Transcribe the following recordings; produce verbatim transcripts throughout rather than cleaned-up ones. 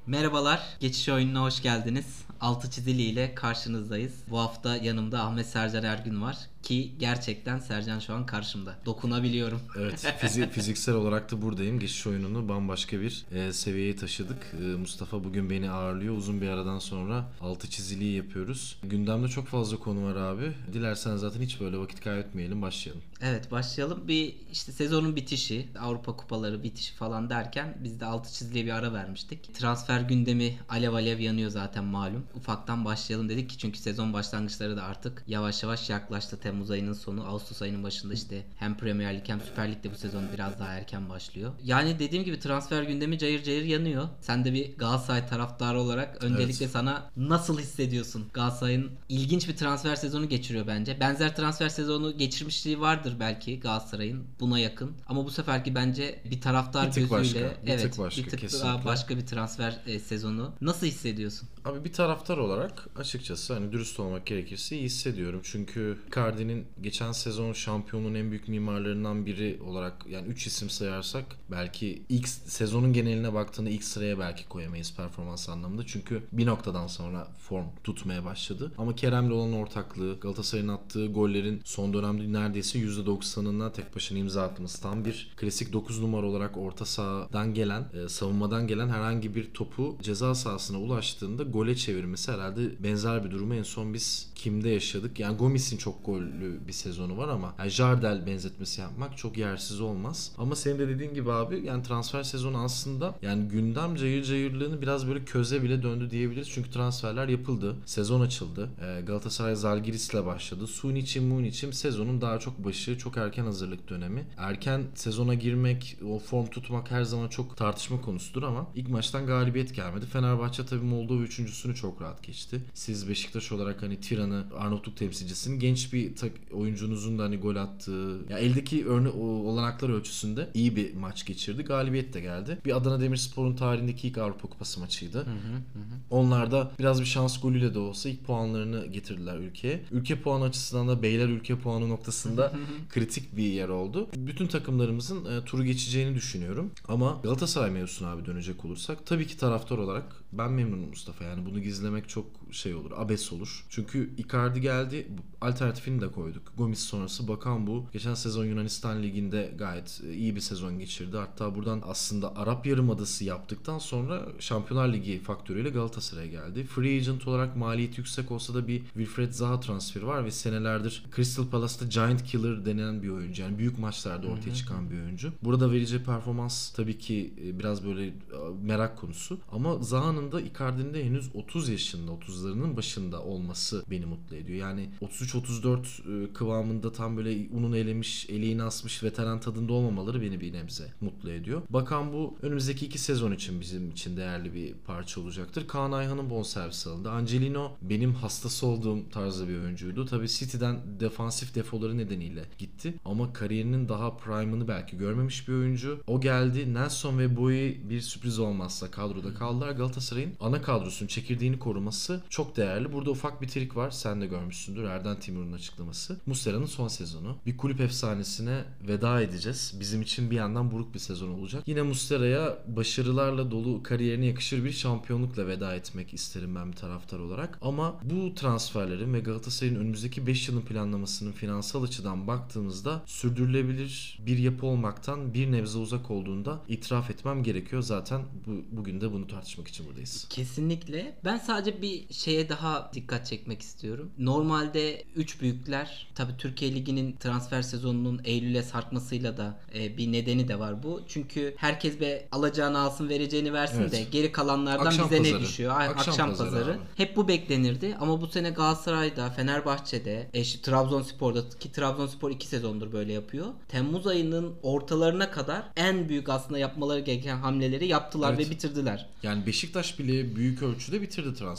Merhabalar, geçiş oyununa hoş geldiniz. Altı çizili ile karşınızdayız. Bu hafta yanımda Ahmet Sercan Ergün var ki gerçekten Sercan şu an karşımda. Dokunabiliyorum. Evet, fizi- fiziksel olarak da buradayım. Geçiş oyununu bambaşka bir e, seviyeye taşıdık. E, Mustafa bugün beni ağırlıyor. Uzun bir aradan sonra altı çiziliyi yapıyoruz. Gündemde çok fazla konu var abi. Dilersen zaten hiç böyle vakit kaybetmeyelim, başlayalım. Evet, başlayalım. Bir işte sezonun bitişi, Avrupa kupaları bitişi falan derken biz de altı çiziliye bir ara vermiştik. Transfer gündemi alev alev yanıyor zaten malum. Ufaktan başlayalım dedik ki çünkü sezon başlangıçları da artık yavaş yavaş yaklaştı. Temmuz ayının sonu, Ağustos ayının başında işte hem Premier Lig hem Süper Lig'de bu sezon biraz daha erken başlıyor. Yani dediğim gibi transfer gündemi cayır cayır yanıyor. Sen de bir Galatasaray taraftarı olarak öncelikle Evet. sana nasıl hissediyorsun? Galatasaray'ın ilginç bir transfer sezonu geçiriyor bence. Benzer transfer sezonu geçirmişliği vardır belki Galatasaray'ın buna yakın. Ama bu seferki bence bir taraftar Bir tık gözüyle başka, bir evet tık başka, bir tık daha kesinlikle. başka bir transfer e, sezonu. Nasıl hissediyorsun? Abi bir taraftar olarak açıkçası hani dürüst olmak gerekirse iyi hissediyorum. Çünkü Icardi'nin geçen sezon şampiyonluğun en büyük mimarlarından biri olarak yani üç isim sayarsak belki ilk sezonun geneline baktığında ilk sıraya belki koyamayız performans anlamında. Çünkü bir noktadan sonra form tutmaya başladı. Ama Kerem'le olan ortaklığı, Galatasaray'ın attığı gollerin son dönemde neredeyse yüzde doksanına tek başına imza atması. Tam bir klasik dokuz numara olarak orta sahadan gelen, e, savunmadan gelen herhangi bir topu ceza sahasına ulaştığında gole çevirmesi herhalde benzer bir durumu en son biz kimde yaşadık? Yani Gomis'in çok gollü bir sezonu var ama yani Jardel benzetmesi yapmak çok yersiz olmaz. Ama senin de dediğin gibi abi yani transfer sezonu aslında yani gündem cayır cayırlığını biraz böyle köze bile döndü diyebiliriz. Çünkü transferler yapıldı. Sezon açıldı. Ee, Galatasaray Zalgiris'le başladı. Suniçim Muniçim sezonun daha çok başı, çok erken hazırlık dönemi. Erken sezona girmek, o form tutmak her zaman çok tartışma konusudur ama ilk maçtan galibiyet gelmedi. Fenerbahçe tabii Moldova üçüncüsünü çok rahat geçti. Siz Beşiktaş olarak hani Tiran'ı, Arnavutluk temsilcisinin genç bir tak, oyuncunuzun da hani gol attığı, ya eldeki örne olanaklar ölçüsünde iyi bir maç geçirdi. Galibiyet de geldi. Bir Adana Demirspor'un tarihindeki ilk Avrupa Kupası maçıydı. Hı hı hı. Onlar da biraz bir şans golüyle de olsa ilk puanlarını getirdiler ülkeye. Ülke puanı açısından da Beyler ülke puanı noktasında kritik bir yer oldu. Bütün takımlarımızın e, turu geçeceğini düşünüyorum. Ama Galatasaray mevzusuna abi dönecek olursak tabii ki taraftar olarak ben memnunum Mustafa. Yani bunu gizlemek çok şey olur, abes olur. Çünkü Icardi geldi, alternatifini de koyduk. Gomis sonrası Bakan bu. Geçen sezon Yunanistan Ligi'nde gayet iyi bir sezon geçirdi. Hatta buradan aslında Arap Yarımadası yaptıktan sonra Şampiyonlar Ligi faktörüyle Galatasaray'a geldi. Free agent olarak maliyeti yüksek olsa da bir Wilfried Zaha transferi var ve senelerdir Crystal Palace'ta Giant Killer denen bir oyuncu. Yani büyük maçlarda ortaya çıkan bir oyuncu. Burada vereceği performans tabii ki biraz böyle merak konusu. Ama Zaha'nın da Icardi'nin de henüz otuz yaşında, otuzlarının başında olması beni mutlu ediyor. Yani otuz üç otuz dört kıvamında tam böyle unun elemiş, eleğini asmış veteran tadında olmamaları beni bir nebze mutlu ediyor. Bakan bu önümüzdeki iki sezon için bizim için değerli bir parça olacaktır. Kaan Ayhan'ın bonservisi alındı. Angelino benim hastası olduğum tarzda bir oyuncuydu. Tabii City'den defansif defoları nedeniyle gitti. Ama kariyerinin daha prime'ını belki görmemiş bir oyuncu. O geldi. Nelson ve Bowie bir sürpriz olmazsa kadroda kaldılar. Galatasaray'ın ana kadrosunun çekirdeğini koruması çok değerli. Burada ufak bir trik var. Sen de görmüşsündür. Erden Timur'un açıklaması. Muslera'nın son sezonu. Bir kulüp efsanesine veda edeceğiz. Bizim için bir yandan buruk bir sezon olacak. Yine Muslera'ya başarılarla dolu kariyerine yakışır bir şampiyonlukla veda etmek isterim ben bir taraftar olarak. Ama bu transferlerin ve Galatasaray'ın önümüzdeki beş yılın planlamasının finansal açıdan baktığımızda sürdürülebilir bir yapı olmaktan bir nebze uzak olduğunda itiraf etmem gerekiyor. Zaten bu, bugün de bunu tartışmak için buradayız. Kesinlikle. Ben sadece bir şeye daha dikkat çekmek istiyorum. Normalde üç büyükler, tabii Türkiye Ligi'nin transfer sezonunun Eylül'e sarkmasıyla da e, bir nedeni de var bu. Çünkü herkes be alacağını alsın, vereceğini versin Evet. de geri kalanlardan Akşam bize pazarı. ne düşüyor? Akşam, Akşam pazarı. pazarı Hep bu beklenirdi ama bu sene Galatasaray'da, Fenerbahçe'de, e, işte Trabzonspor'da ki Trabzonspor iki sezondur böyle yapıyor. Temmuz ayının ortalarına kadar en büyük aslında yapmaları gereken hamleleri yaptılar Evet. ve bitirdiler. Yani Beşiktaş bile büyük ölçüde bitirdi transferi. Yani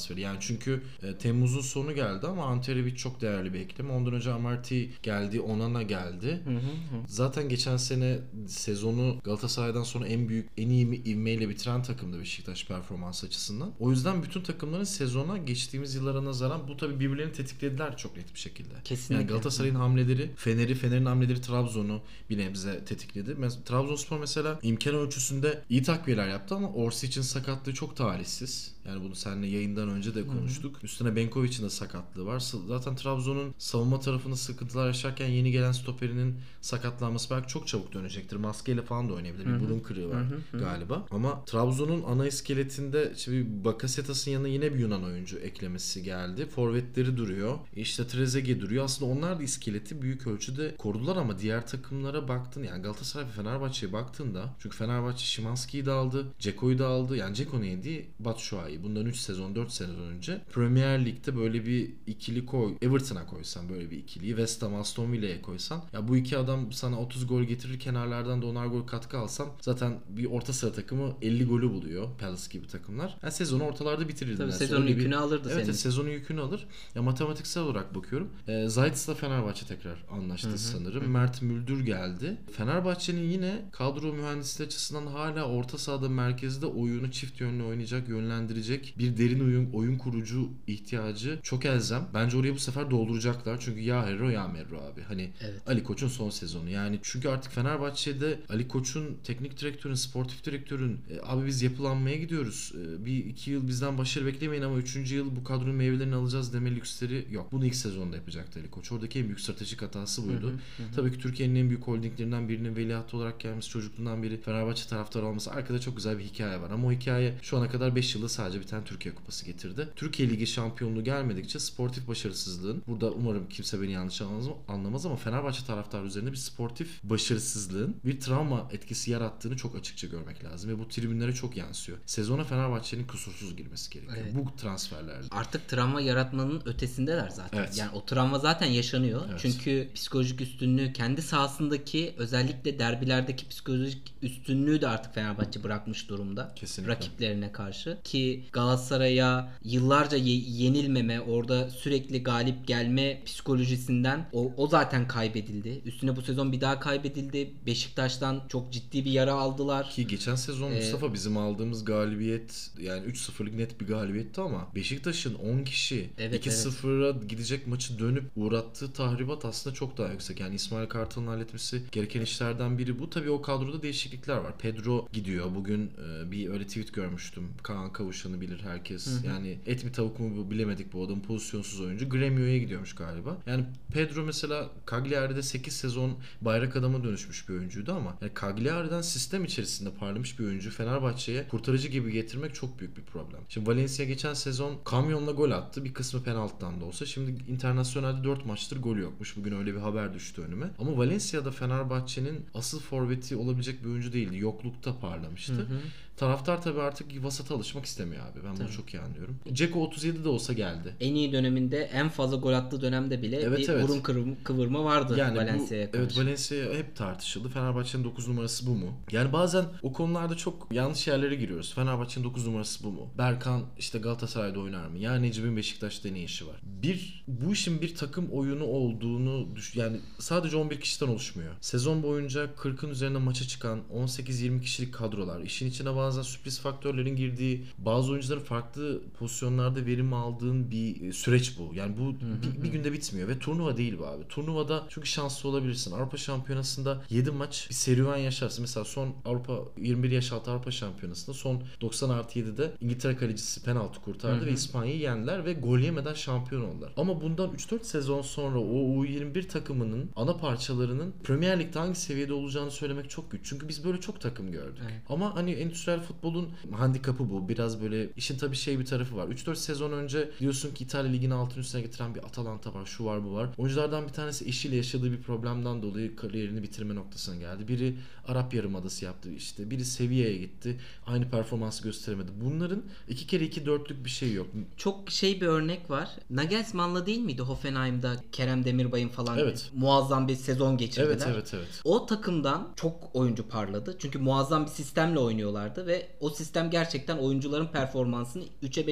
Çünkü e, Temmuz'un sonu geldi ama Ante Rebic çok değerli bir ekleme. Ondan önce Amarty geldi, Onana geldi. Hı hı hı. Zaten geçen sene sezonu Galatasaray'dan sonra en büyük, en iyi ivmeyle bitiren takımdı Beşiktaş performans açısından. O yüzden bütün takımların sezona geçtiğimiz yıllara nazaran bu tabii birbirlerini tetiklediler çok net bir şekilde. Kesinlikle. Yani Galatasaray'ın hamleleri, Fener'i, Fener'in hamleleri Trabzon'u bir nebze tetikledi. Mes- Trabzonspor mesela imkan ölçüsünde iyi takviyeler yaptı ama Orsic'in sakatlığı çok talihsiz. Yani bunu seninle yayından önce de konuştuk. Hı hı. Üstüne Benkovic'in de sakatlığı var. Zaten Trabzon'un savunma tarafında sıkıntılar yaşarken yeni gelen stoperinin sakatlanması belki çok çabuk dönecektir. Maskeyle falan da oynayabilir. Hı hı. Bir burun kırığı var hı hı. galiba. Ama Trabzon'un ana iskeletinde şimdi Bakasetas'ın yanına yine bir Yunan oyuncu eklemesi geldi. Forvetleri duruyor. İşte Trezeguet duruyor. Aslında onlar da iskeleti büyük ölçüde korudular ama diğer takımlara baktın. Yani Galatasaray ve Fenerbahçe'ye baktığında çünkü Fenerbahçe Szymański'yi de aldı. Ceko'yu da aldı. Yani Ceko neydi? Batshuayi. Bundan üç sezon dört sezon önce Premier Lig'de böyle bir ikili koy. Everton'a koysan böyle bir ikiliyi. West Ham, Aston Villa'ya koysan. Ya bu iki adam sana otuz gol getirir. Kenarlardan da onar gol katkı alsan zaten bir orta sıra takımı elli golü buluyor. Palace gibi takımlar. Yani sezonu ortalarda bitirirdi. Tabii yani. sezonun yükünü bir... alırdı evet, senin. sezonun yükünü alır. Ya matematiksel olarak bakıyorum. E, Zayt's'la Fenerbahçe tekrar anlaştı Hı-hı. sanırım. Hı-hı. Mert Müldür geldi. Fenerbahçe'nin yine kadro mühendisliği açısından hala orta sahada merkezde oyunu çift yönlü oynayacak, yönlendirecek bir derin oyun, oyun kurucu ihtiyacı çok elzem. Bence oraya bu sefer dolduracaklar. Çünkü ya Herro ya Merro abi. Hani evet. Ali Koç'un son sezonu. Yani çünkü artık Fenerbahçe'de Ali Koç'un, teknik direktörün, sportif direktörün e, abi biz yapılanmaya gidiyoruz. E, bir iki yıl bizden başarı beklemeyin ama üçüncü yıl bu kadronun meyvelerini alacağız deme lüksleri yok. Bunu ilk sezonda yapacaktı Ali Koç. Oradaki en büyük stratejik hatası buydu. Hı hı, hı. Tabii ki Türkiye'nin en büyük holdinglerinden birinin veliahtı olarak gelmesi, çocukluğundan beri Fenerbahçe taraftarı olması, arkada çok güzel bir hikaye var. Ama o hikaye şu ana kadar beş yılda sadece bir tane Türkiye Kupası getirdi. Türkiye Ligi şampiyonluğu gelmedikçe sportif başarısızlığın, burada umarım kimse beni yanlış anlamaz ama Fenerbahçe taraftarı üzerinde bir sportif başarısızlığın bir travma etkisi yarattığını çok açıkça görmek lazım ve bu tribünlere çok yansıyor. Sezona Fenerbahçe'nin kusursuz girmesi gerekiyor. Evet. Bu transferlerle. Artık travma yaratmanın ötesindeler zaten. Evet. Yani o travma zaten yaşanıyor. Evet. Çünkü psikolojik üstünlüğü, kendi sahasındaki özellikle derbilerdeki psikolojik üstünlüğü de artık Fenerbahçe bırakmış durumda. Kesinlikle. Rakiplerine karşı. Ki Galatasaray'a yıllarca ye- yenilmeme, orada sürekli galip gelme psikolojisinden o, o zaten kaybedildi. Üstüne bu sezon bir daha kaybedildi. Beşiktaş'tan çok ciddi bir yara aldılar. Ki geçen sezon ee, Mustafa bizim aldığımız galibiyet yani üç sıfırlık net bir galibiyetti ama Beşiktaş'ın on kişi evet, iki sıfıra evet. gidecek maçı dönüp uğrattığı tahribat aslında çok daha yüksek. Yani İsmail Kartal'ın halletmesi gereken işlerden biri bu. Tabii o kadroda değişiklikler var. Pedro gidiyor. Bugün e, bir öyle tweet görmüştüm. Kaan Kavuşan'ı bilir herkes. Hı hı. Yani et mi tavuk mu bilemedik bu adam. Pozisyonsuz oyuncu. Gremio'ya gidiyormuş galiba. Yani Pedro mesela Cagliari'de sekiz sezon bayrak adama dönüşmüş bir oyuncuydu ama yani Cagliari'den sistem içerisinde parlamış bir oyuncu Fenerbahçe'ye kurtarıcı gibi getirmek çok büyük bir problem. Şimdi Valencia geçen sezon kamyonla gol attı. Bir kısmı penaltıdan da olsa. Şimdi internasyonelde dört maçtır golü yokmuş. Bugün öyle bir haber düştü önüme. Ama Valencia'da Fenerbahçe'nin asıl forveti olabilecek bir oyuncu değildi. Yoklukta parlamıştı. Hı hı. Taraftar tabii artık vasata alışmak istemiyor abi. Ben tabii. bunu çok iyi anlıyorum. Ceko otuz yedi de olsa geldi. En iyi döneminde, en fazla gol attığı dönemde bile evet, bir evet. burun kıvırma, kıvırma vardı yani Valencia'ya karşı. Evet, Valencia hep tartışıldı. Fenerbahçe'nin dokuz numarası bu mu? Yani bazen o konularda çok yanlış yerlere giriyoruz. Fenerbahçe'nin dokuz numarası bu mu? Berkan işte Galatasaray'da oynar mı? Ya Necip'in Beşiktaş'ta ne işi var? Bir bu işin bir takım oyunu olduğunu düş yani sadece on bir kişiden oluşmuyor. Sezon boyunca kırkın üzerinde maça çıkan on sekiz yirmi kişilik kadrolar. İşin içine bazen sürpriz faktörlerin girdiği, bazı oyuncuların farklı pozisyonlarda verim aldığın bir süreç bu. Yani bu hı hı. Bir, bir günde bitmiyor ve turnuva değil bu abi. Turnuvada çünkü şanslı olabilirsin. Avrupa Şampiyonası'nda yedi maç bir serüven yaşarsın. Mesela son Avrupa yirmi bir yaş altı Avrupa Şampiyonası'nda son doksan artı yedide İngiltere kalecisi penaltı kurtardı hı hı. ve İspanya'yı yendiler ve gol yemeden şampiyon oldular. Ama bundan üç dört sezon sonra o U yirmi bir takımının ana parçalarının Premier Lig'de hangi seviyede olacağını söylemek çok güç. Çünkü biz böyle çok takım gördük. Evet. Ama hani endüstriyel futbolun handikapı bu. Biraz böyle işin tabii şey bir tarafı var. üç dört sezon önce diyorsun ki İtalya Ligi'ni altın üstüne getiren bir Atalanta var. Şu var bu var. Oyunculardan bir tanesi eşiyle yaşadığı bir problemden dolayı kariyerini bitirme noktasına geldi. Biri Arap Yarımadası yaptı işte. Biri Sevilla'ya gitti. Aynı performansı gösteremedi. Bunların iki kere iki dörtlük bir şey yok. Çok şey bir örnek var. Nagelsmann'la değil miydi Hoffenheim'da Kerem Demirbay'ın falan evet. muazzam bir sezon geçirdiler. Evet evet evet. O takımdan çok oyuncu parladı. Çünkü muazzam bir sistemle oynuyorlardı ve o sistem gerçekten oyuncuların performansını üçe beşe katladı.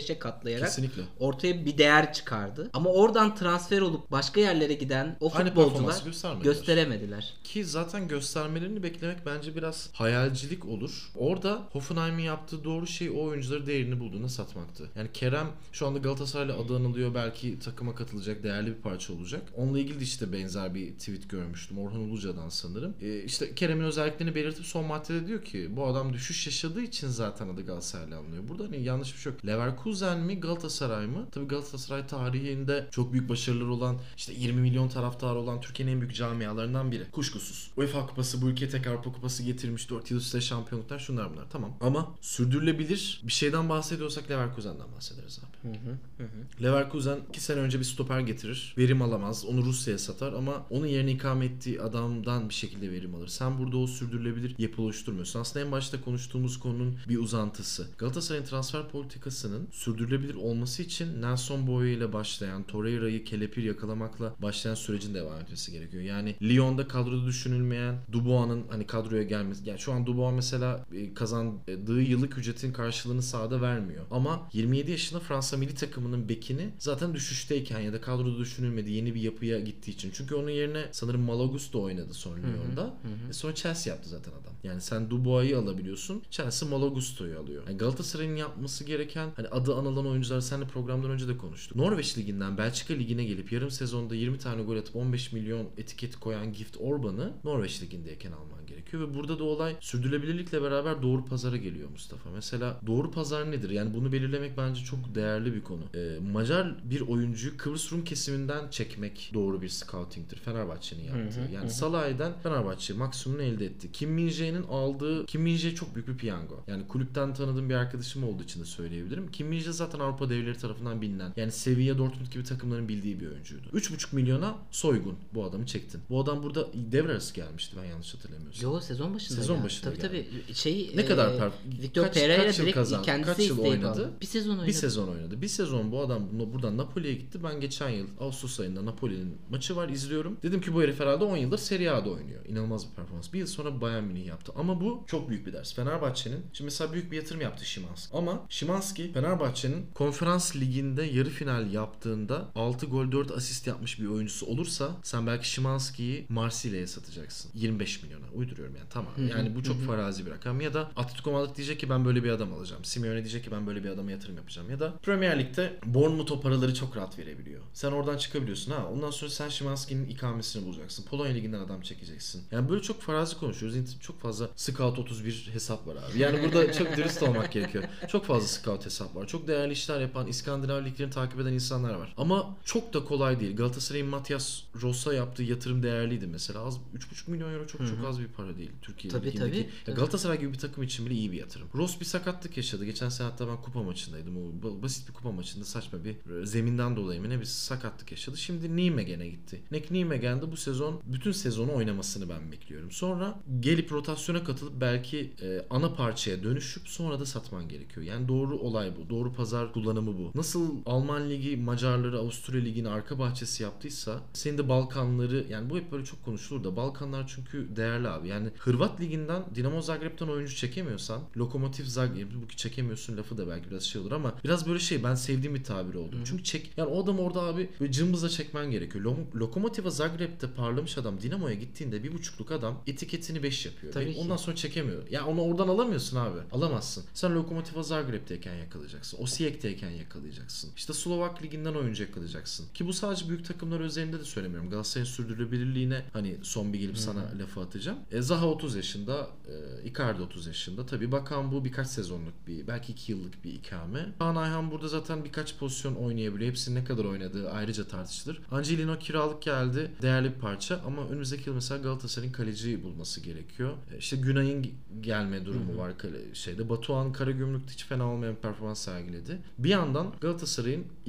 hesaplayarak Kesinlikle. ortaya bir değer çıkardı. Ama oradan transfer olup başka yerlere giden o Aynı futbolcular performansı göstermediler. gösteremediler. Ki zaten göstermelerini beklemek bence biraz hayalcilik olur. Orada Hoffenheim'in yaptığı doğru şey o oyuncuları değerini bulduğuna satmaktı. Yani Kerem şu anda Galatasaray'la adı anılıyor. Belki takıma katılacak değerli bir parça olacak. Onunla ilgili de işte benzer bir tweet görmüştüm. Orhan Uluca'dan sanırım. Ee, işte Kerem'in özelliklerini belirtip son maddede diyor ki bu adam düşüş yaşadığı için zaten adı Galatasaray'la alınıyor. Burada hani yanlış bir şey yok. Leverkusen mi Galatasaray mı? Tabii Galatasaray tarihinde çok büyük başarıları olan, işte yirmi milyon taraftarı olan Türkiye'nin en büyük camialarından biri. Kuşkusuz. UEFA Kupası, bu ülkeye tekrar Avrupa Kupası getirmiş, dört yıl üstte şampiyonluklar, şunlar bunlar. Tamam. Ama sürdürülebilir bir şeyden bahsediyorsak Leverkusen'den bahsederiz abi. Hı hı, hı. Leverkusen iki sene önce bir stoper getirir. Verim alamaz. Onu Rusya'ya satar ama onun yerine ikame ettiği adamdan bir şekilde verim alır. Sen burada o sürdürülebilir yapı oluşturmuyorsun. Aslında en başta konuştuğumuz konunun bir uzantısı. Galatasaray'ın transfer politikasının sürdürülebilir olması için Nelson Boya ile başlayan, Torreira'yı kelepir yakalamakla başlayan sürecin devam etmesi gerekiyor. Yani Lyon'da kadroda düşünülmeyen Dubois'ın hani kadroya gelmesi. Yani şu an Dubois mesela kazandığı yıllık ücretin karşılığını sahada vermiyor. Ama yirmi yedi yaşında Fransa milli takımının bekini zaten düşüşteyken ya da kadroda düşünülmedi yeni bir yapıya gittiği için. Çünkü onun yerine sanırım Malo Gusto oynadı sonra Lyon'da. Hı hı. E sonra Chelsea yaptı zaten adam. Yani sen Dubois'ı alabiliyorsun. Chelsea Malo Gusto'yu alıyor. Yani Galatasaray'ın yapması gereken, hani adı anılan oyuncular, seninle programdan önce de konuştuk. Norveç liginden Belçika ligine gelip yarım sezonda yirmi tane gol atıp on beş milyon etiket koyan Gift Orban'ı Norveç ligindeyken alman gerekiyor ve burada da olay sürdürülebilirlikle beraber doğru pazara geliyor Mustafa. Mesela doğru pazar nedir? Yani bunu belirlemek bence çok değerli bir konu. Ee, Macar bir oyuncuyu Kıbrıs Rum kesiminden çekmek doğru bir scouting'tir. Fenerbahçe'nin yaptığı. Hı hı, yani hı. Salah'dan Fenerbahçe maksimumunu elde etti. Kim Min-jae'nin aldığı, Kim Min-jae çok büyük bir piyango. Yani kulüpten tanıdığım bir arkadaşım olduğu için de söyleyebilirim. Kim Min-jae zaten Avrupa devleri tarafından bilinen, yani Sevilla, Dortmund gibi takımların bildiği bir oyuncuydu. üç buçuk milyona soygun bu adamı çektin. Bu adam burada devre arası gelmişti ben yanlış hatırlamıyorsam. Yo, sezon başında Sezon geldi. başında tabii geldi. tabii şey ne e, kadar per- Victor kaç, Pereira kaç yıl direkt kazandı? kendisi Kaç yıl oynadı? aldı. Bir sezon oynadı. Bir sezon oynadı. Bir sezon bu adam buradan Napoli'ye gitti. Ben geçen yıl Ağustos ayında Napoli'nin maçı var, izliyorum. Dedim ki bu herif herhalde on yıldır Serie A'da oynuyor. İnanılmaz bir performans. Bir yıl sonra Bayern Münih yaptı. Ama bu çok büyük bir ders. Fenerbahçe'nin şimdi mesela büyük bir yatırım yaptı Szymański. Ama Szymański Fenerbahçe'nin konferans liginde yarı final yaptığında altı gol dört asist yapmış bir oyuncusu olursa sen belki Szymański'yi Marsilya'ya satacaksın. yirmi beş milyona. Uyduruyorum yani, tamam. Yani bu çok farazi bir rakam. Ya da Atletico Madrid diyecek ki ben böyle bir adam alacağım. Simeone diyecek ki ben böyle bir adama yatırım yapacağım. Ya da Premier Lig'de Bournemouth o paraları çok rahat verebiliyor. Sen oradan çıkabiliyorsun ha. Ondan sonra sen Szymański'nin ikamesini bulacaksın. Polonya Ligi'nden adam çekeceksin. Yani böyle çok farazi konuşuyoruz. Çok fazla Scout otuz bir hesap var abi. Yani burada çok dürüst olmak gerekiyor. Çok fazla Scout hesap var. Çok değerli işler yapan, İskandinav liglerini takip eden insanlar var. Ama çok da kolay değil. Galatasaray'ın Matias Ross'a yaptığı yatırım değerliydi mesela. Az üç buçuk milyon euro çok Hı-hı. çok az bir para değil Türkiye tabii, ligindeki. Tabii, tabii. Galatasaray gibi bir takım için bile iyi bir yatırım. Ross bir sakatlık yaşadı. Geçen sene hatta ben kupa maçındaydım. O basit bir kupa maçında saçma bir zeminden dolayı mı ne bir sakatlık yaşadı. Şimdi Nijmegen'e gitti. Nek Nijmegen'de bu sezon bütün sezonu oynamasını ben bekliyorum. Sonra gelip rotasyona katılıp belki e, ana parçaya dönüşüp sonra da satman gerekiyor. Yani doğru olay bu. Doğru pazar kullanımı bu. Nasıl Alman Ligi Macarları Avusturya Ligi'ni arka bahçesi yaptıysa senin de Balkanları, yani bu hep böyle çok konuşulur da Balkanlar çünkü değerli abi. Yani Hırvat Ligi'nden Dinamo Zagreb'ten oyuncu çekemiyorsan Lokomotiv Zagreb, bu ki çekemiyorsun lafı da belki biraz şey olur ama biraz böyle şey, ben sevdiğim bir tabir oldu. Hı. Çünkü çek, yani o adam orada abi böyle cımbızla çekmen gerekiyor. Lo- Lokomotiv Zagreb'te parlamış adam Dinamo'ya gittiğinde bir buçukluk adam etiketini beş yapıyor. Tabii ki. Ondan sonra çekemiyor. Ya yani onu oradan alamıyorsun abi. Alamazsın. Sen Lokomotiv Zagreb'teyken yakalayacaksın. Osijek'teyken yakalayacaksın. İşte Slovak Ligi'nden oyuncu yakalayacaksın. Ki bu sadece büyük takımlar üzerinde de söylemiyorum. Galatasaray'ın sürdürülebilirliğine hani son bir gelip hmm. sana lafı atacağım. E, Zaha otuz yaşında, e, Icardi otuz yaşında. Tabii bakan bu birkaç sezonluk bir, belki iki yıllık bir ikame. Kaan Ayhan burada zaten birkaç pozisyon oynayabiliyor. Hepsinin ne kadar oynadığı ayrıca tartışılır. Angelino kiralık geldi. Değerli bir parça ama önümüzdeki yıl mesela Galatasaray'ın kaleci bulması gerekiyor. E, işte Günay'ın gelme durumu hmm. var kale, şeyde. Batuhan Karagümrük'te hiç fena olmayan bir performans sergiledi. Bir yandan Galatasaray'ın ilk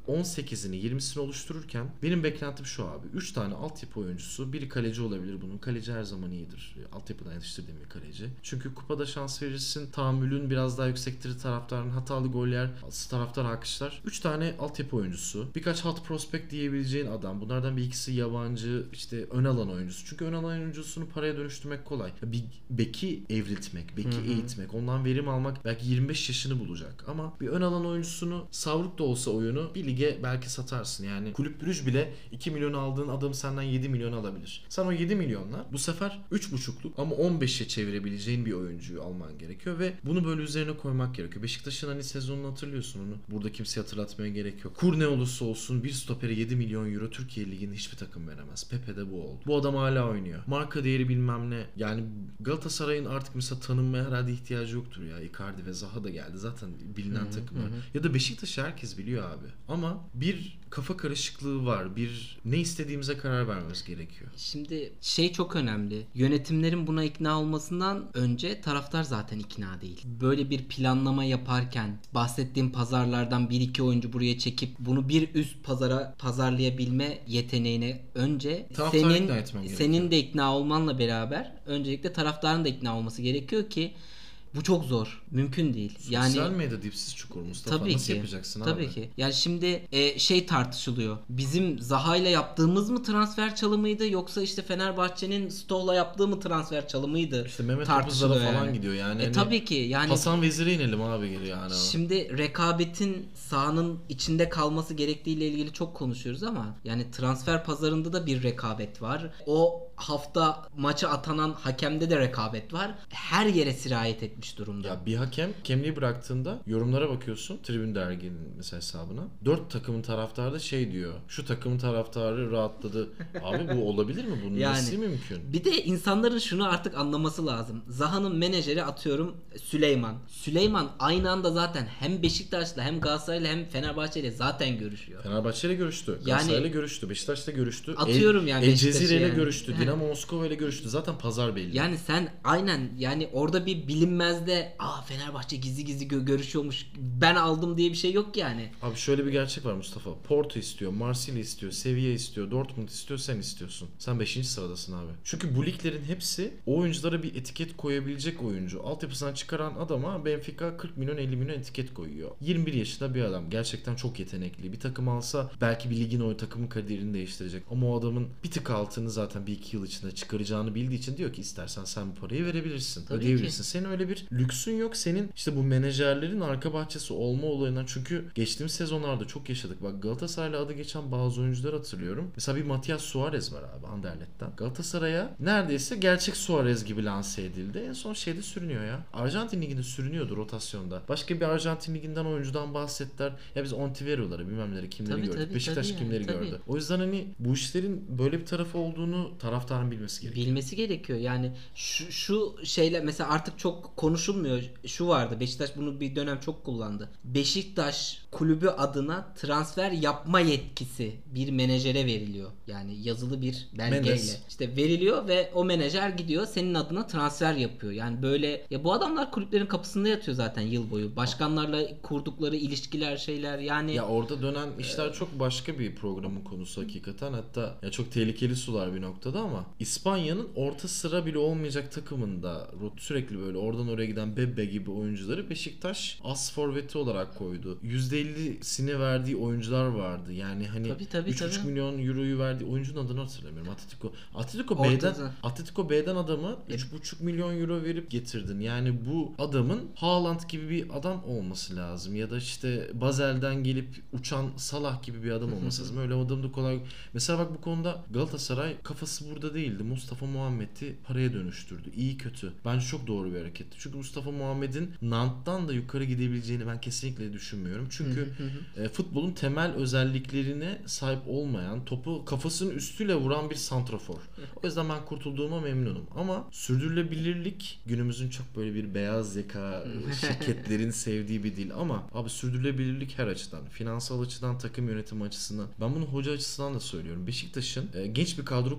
on sekizini yirmisini oluştururken benim beklentim şu abi. üç tane altyapı oyuncusu, biri kaleci olabilir bunun. Kaleci her zaman iyidir. Altyapıdan yetiştirdiğim bir kaleci. Çünkü kupada şans verirsin. Tahammülün biraz daha yüksektir, taraftarın hatalı goller, taraftar alkışlar. üç tane altyapı oyuncusu, birkaç hot prospect diyebileceğin adam. Bunlardan bir ikisi yabancı, işte ön alan oyuncusu. Çünkü ön alan oyuncusunu paraya dönüştürmek kolay. Bir beki evriltmek, beki Hı hı. eğitmek, ondan verim almak belki yirmi beş yaşını bulacak. Ama bir ön alan oyuncusunu savruk da olsa oyunu bir lige belki satarsın. Yani Kulüp Brugge bile iki milyon aldığın adam senden yedi milyon alabilir. Sen o yedi milyonla bu sefer üç buçukluk ama on beşe çevirebileceğin bir oyuncuyu alman gerekiyor ve bunu böyle üzerine koymak gerekiyor. Beşiktaş'ın hani sezonunu hatırlıyorsun onu. Burada kimseye hatırlatmaya gerek yok. Kur ne olursa olsun bir stopere yedi milyon euro Türkiye Ligi'nde hiçbir takım veremez. Pepe de bu oldu. Bu adam hala oynuyor. Marka değeri bilmem ne. Yani Galatasaray'ın artık mesela tanınmaya herhalde ihtiyacı yoktur ya. Icardi ve Zaha da geldi. Zaten bilinen Hı-hı, takımlar. hı-hı. Ya da Beşiktaş'ı herkes biliyor abi. Ama bir kafa karışıklığı var. Bir ne istediğimize karar vermemiz gerekiyor. Şimdi şey çok önemli. Yönetimlerin buna ikna olmasından önce taraftar zaten ikna değil. Böyle bir planlama yaparken bahsettiğim pazarlardan bir iki oyuncu buraya çekip bunu bir üst pazara pazarlayabilme yeteneğine önce Taraftarı senin ikna etmen gerekiyor. senin de ikna olmanla beraber öncelikle taraftarın da ikna olması gerekiyor ki bu çok zor. Mümkün değil. Sosyal Yani medya dipsiz çukur Mustafa. tabii Nasıl ki, yapacaksın tabii abi? ki. Yani şimdi e, şey tartışılıyor. Bizim Zaha ile yaptığımız mı transfer çalımıydı yoksa işte Fenerbahçe'nin Stoll'la yaptığı mı transfer çalımıydı? İşte Mehmet tartışılıyor Topuzlar'a falan yani. gidiyor yani. E, Hani tabii ki. Yani Hasan Vezir'e inelim abi geri yani. şimdi rekabetin sahanın içinde kalması gerektiğiyle ilgili çok konuşuyoruz ama yani transfer pazarında da bir rekabet var. O hafta maçı atanan hakemde de rekabet var. Her yere sirayet etmiş durumda. Ya bir hakem hakemliği bıraktığında yorumlara bakıyorsun Tribün Dergi'nin mesela hesabına. Dört takımın taraftarı da şey diyor. Şu takımın taraftarı rahatladı. Abi bu olabilir mi? Bunun Yani, nasıl mümkün? Bir de insanların şunu artık anlaması lazım. Zaha'nın menajeri atıyorum Süleyman. Süleyman aynı anda zaten hem Beşiktaş'la hem Galatasaray'la hem Fenerbahçe'yle zaten görüşüyor. Fenerbahçe'yle görüştü. Yani- Galatasaray'la görüştü. Beşiktaş'la görüştü. Atıyorum El, yani El Beşiktaş'ı Cezire'yle yani. görüştü. Heh. Dinamo Moskova ile görüştü. Zaten pazar belli. Yani sen aynen yani orada bir bilinmezde aa Fenerbahçe gizli gizli gö- görüşüyormuş ben aldım diye bir şey yok yani. Abi şöyle bir gerçek var Mustafa. Porto istiyor, Marsilya istiyor, Sevilla istiyor, Dortmund istiyor, sen istiyorsun. Sen beşinci sıradasın abi. Çünkü bu liglerin hepsi o oyunculara bir etiket koyabilecek oyuncu. Altyapısından çıkaran adama Benfica kırk milyon elli milyon etiket koyuyor. yirmi bir yaşında bir adam. Gerçekten çok yetenekli. Bir takım alsa belki bir ligin o takımın kaderini değiştirecek. Ama o adamın bir tık altını zaten bir iki yıl içinde çıkaracağını bildiği için diyor ki istersen sen bu parayı verebilirsin. Tabii ödeyebilirsin. ki. Senin öyle bir lüksün yok. Senin işte bu menajerlerin arka bahçesi olma olayından çünkü geçtiğimiz sezonlarda çok yaşadık. Bak Galatasaray'la adı geçen bazı oyuncular hatırlıyorum. Mesela bir Matias Suarez var abi Anderlet'ten. Galatasaray'a neredeyse gerçek Suarez gibi lanse edildi. En son şeyde sürünüyor ya. Arjantin liginde sürünüyordu rotasyonda. Başka bir Arjantin liginden oyuncudan bahsettiler. Ya biz Ontivero'ları bilmem neleri kimleri Tabii, gördük. tabii, Beşiktaş tabii kimleri yani, tabii. gördü. O yüzden hani bu işlerin böyle bir tarafı olduğunu taraftarın bilmesi gerekiyor. Bilmesi gerekiyor. Yani şu, şu şeyler mesela artık çok konuşulmuyor. Şu vardı. Beşiktaş bunu bir dönem çok kullandı. Beşiktaş kulübü adına transfer yapma yetkisi bir menajere veriliyor. Yani yazılı bir belgeyle. Mendes. İşte veriliyor ve o menajer gidiyor senin adına transfer yapıyor. Yani böyle ya bu adamlar kulüplerin kapısında yatıyor zaten yıl boyu. Başkanlarla kurdukları ilişkiler şeyler yani Ya orada dönen işler çok başka bir programın konusu hakikaten. Hatta ya çok tehlikeli sular bir noktada ama İspanya'nın orta sıra bile olmayacak takımında sürekli böyle oradan oraya giden Bebe gibi oyuncuları Beşiktaş as forveti olarak koydu. yüzde ellisini verdiği oyuncular vardı. Yani hani Tabii, tabii, üç buçuk tabii. milyon euroyu verdiği oyuncunun adını hatırlamıyorum. Atletico Atletico Ortada. B'den Atletico B'den adamı üç buçuk milyon euro verip getirdin. Yani bu adamın Haaland gibi bir adam olması lazım ya da işte Basel'den gelip uçan Salah gibi bir adam olması lazım. Öyle adam da kolay. Mesela bak bu konuda Galatasaray kafası burada değildi. Mustafa Muhammed'i paraya dönüştürdü. İyi kötü. Bence çok doğru bir hareketti. Çünkü Mustafa Muhammed'in Nant'tan da yukarı gidebileceğini ben kesinlikle düşünmüyorum. Çünkü e, futbolun temel özelliklerine sahip olmayan, topu kafasının üstüyle vuran bir santrafor. O yüzden ben kurtulduğuma memnunum. Ama sürdürülebilirlik günümüzün çok böyle bir beyaz yaka şirketlerin sevdiği bir dil ama abi sürdürülebilirlik her açıdan, finansal açıdan, takım yönetimi açısından. Ben bunu hoca açısından da söylüyorum. Beşiktaş'ın e, genç bir kadro kurup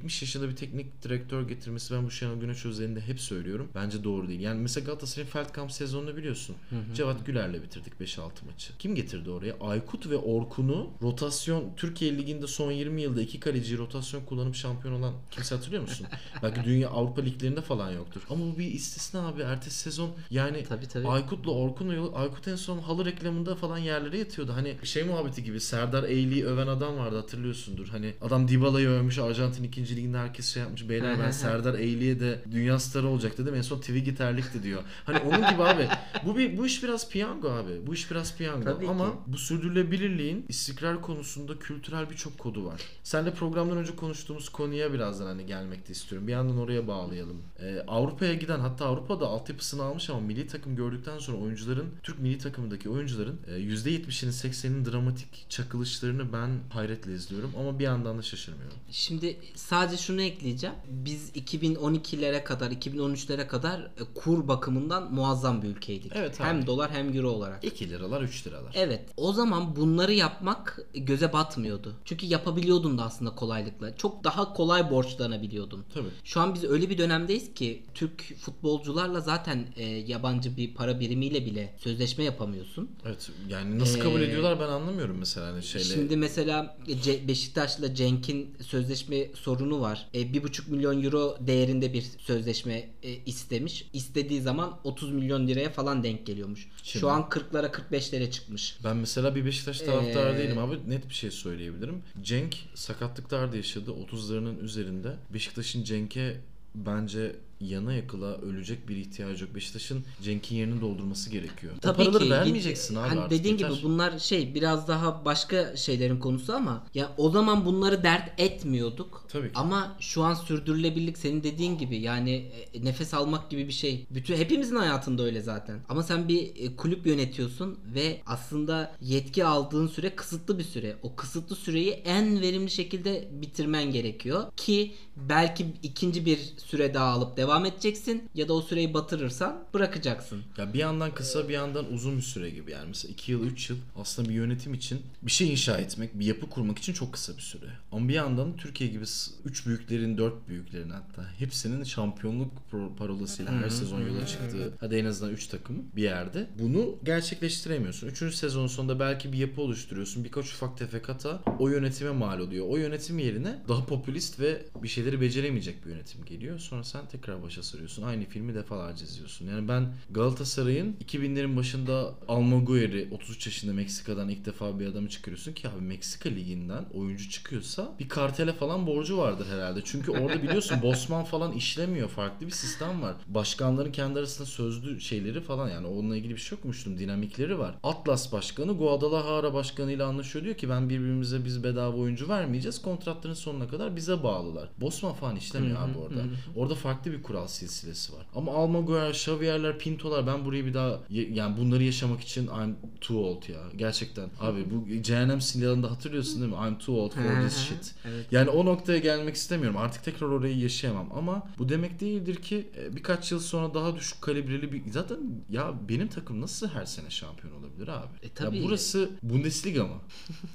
yetmiş yaşında bir teknik direktör getirmesi, ben bu Şenol Güneş özelinde hep söylüyorum. Bence doğru değil. Yani mesela Galatasaray'ın Feldkamp sezonunu biliyorsun. Hı hı. Cevat Güler'le bitirdik beş altı maçı. Kim getirdi oraya? Aykut ve Orkun'u rotasyon, Türkiye Ligi'nde son yirmi yılda iki kaleciyi rotasyon kullanıp şampiyon olan kimse hatırlıyor musun? Belki dünya Avrupa liglerinde falan yoktur. Ama bu bir istisna abi. Ertesi sezon yani tabii, tabii. Aykut'la Orkun'la Aykut en son halı reklamında falan yerlere yatıyordu. Hani şey muhabbeti gibi, Serdar Eğli'yi öven adam vardı, hatırlıyorsundur. Hani adam Dybala'yı övmüş, Arjantin ikinci liginde herkes şey yapmış. Beyler ben Serdar Eğli'ye de dünya starı olacak dedim. En son Twiggy terlikti diyor. Hani onun gibi abi. Bu bir bu iş biraz piyango abi. Bu iş biraz piyango. Tabii ama ki. Bu sürdürülebilirliğin istikrar konusunda kültürel birçok kodu var. Seninle programdan önce konuştuğumuz konuya birazdan hani gelmek de istiyorum. Bir yandan oraya bağlayalım. Ee, Avrupa'ya giden, hatta Avrupa'da altyapısını almış ama milli takım gördükten sonra oyuncuların, Türk milli takımındaki oyuncuların yüzde yetmişinin sekseninin dramatik çakılışlarını ben hayretle izliyorum ama bir yandan da şaşırmıyorum. Şimdi sadece şunu ekleyeceğim. Biz iki bin on ikilere kadar, iki bin on üçlere kadar kur bakımından muazzam bir ülkeydik. Evet, hem abi. Dolar hem euro olarak. iki liralar, üç liralar. Evet. O zaman bunları yapmak göze batmıyordu. Çünkü yapabiliyordun da aslında kolaylıkla. Çok daha kolay borçlanabiliyordun. Tabii. Şu an biz öyle bir dönemdeyiz ki Türk futbolcularla zaten e, yabancı bir para birimiyle bile sözleşme yapamıyorsun. Evet. Yani nasıl ee, kabul ediyorlar ben anlamıyorum mesela. Hani şeyle... Şimdi mesela C- Beşiktaş'la Cenk'in sözleşme sorunu var. E, bir buçuk milyon euro değerinde bir sözleşme e, istemiş. İstediği zaman otuz milyon liraya falan denk geliyormuş. Şimdi, şu an kırklara kırk beşlere çıkmış. Ben mesela bir Beşiktaş taraftarı ee, değilim abi. Net bir şey söyleyebilirim. Cenk sakatlıklarda yaşadı. otuzlarının üzerinde. Beşiktaş'ın Cenk'e bence yana yakıla ölecek bir ihtiyacı yok. Beşiktaş'ın Cenk'in yerini doldurması gerekiyor. Tabii o paraları ki, vermeyeceksin abi hani artık. Dediğin yeter. Gibi bunlar şey biraz daha başka şeylerin konusu ama ya o zaman bunları dert etmiyorduk. Tabii ki. Ama şu an sürdürülebilirlik senin dediğin gibi yani nefes almak gibi bir şey. Bütün hepimizin hayatında öyle zaten. Ama sen bir kulüp yönetiyorsun ve aslında yetki aldığın süre kısıtlı bir süre. O kısıtlı süreyi en verimli şekilde bitirmen gerekiyor ki belki ikinci bir süre daha alıp devam devam edeceksin ya da o süreyi batırırsan bırakacaksın. Ya bir yandan kısa bir yandan uzun bir süre gibi yani mesela iki yıl üç yıl aslında bir yönetim için bir şey inşa etmek, bir yapı kurmak için çok kısa bir süre. Ama bir yandan Türkiye gibi üç büyüklerin, dört büyüklerin hatta hepsinin şampiyonluk parolasıyla her sezon yola çıktığı, hadi en azından üç takım bir yerde bunu gerçekleştiremiyorsun. üçüncü sezon sonunda belki bir yapı oluşturuyorsun. Birkaç ufak tefek hata o yönetime mal oluyor. O yönetim yerine daha popülist ve bir şeyleri beceremeyecek bir yönetim geliyor. Sonra sen tekrar başa sarıyorsun. Aynı filmi defalarca izliyorsun. Yani ben Galatasaray'ın iki binlerin başında Almaguer'i otuz üç yaşında Meksika'dan ilk defa bir adamı çıkarıyorsun ki abi Meksika liginden oyuncu çıkıyorsa bir kartele falan borcu vardır herhalde. Çünkü orada biliyorsun Bosman falan işlemiyor. Farklı bir sistem var. Başkanların kendi arasında sözlü şeyleri falan yani onunla ilgili bir şey yokmuştum. Dinamikleri var. Atlas başkanı Guadalajara başkanıyla anlaşıyor, diyor ki ben birbirimize biz bedava oyuncu vermeyeceğiz. Kontratların sonuna kadar bize bağlılar. Bosman falan işlemiyor abi orada. Orada farklı bir kural silsilesi var. Ama Almaguer, Xavier'ler, Pinto'lar ben burayı bir daha yani bunları yaşamak için I'm too old ya. Gerçekten. Abi bu cehennem silahında hatırlıyorsun değil mi? I'm too old for this shit. Evet. Yani o noktaya gelmek istemiyorum. Artık tekrar orayı yaşayamam. Ama bu demek değildir ki birkaç yıl sonra daha düşük kalibreli bir zaten ya benim takım nasıl her sene şampiyon olabilir abi? E, tabii. Ya burası Bundesliga mı?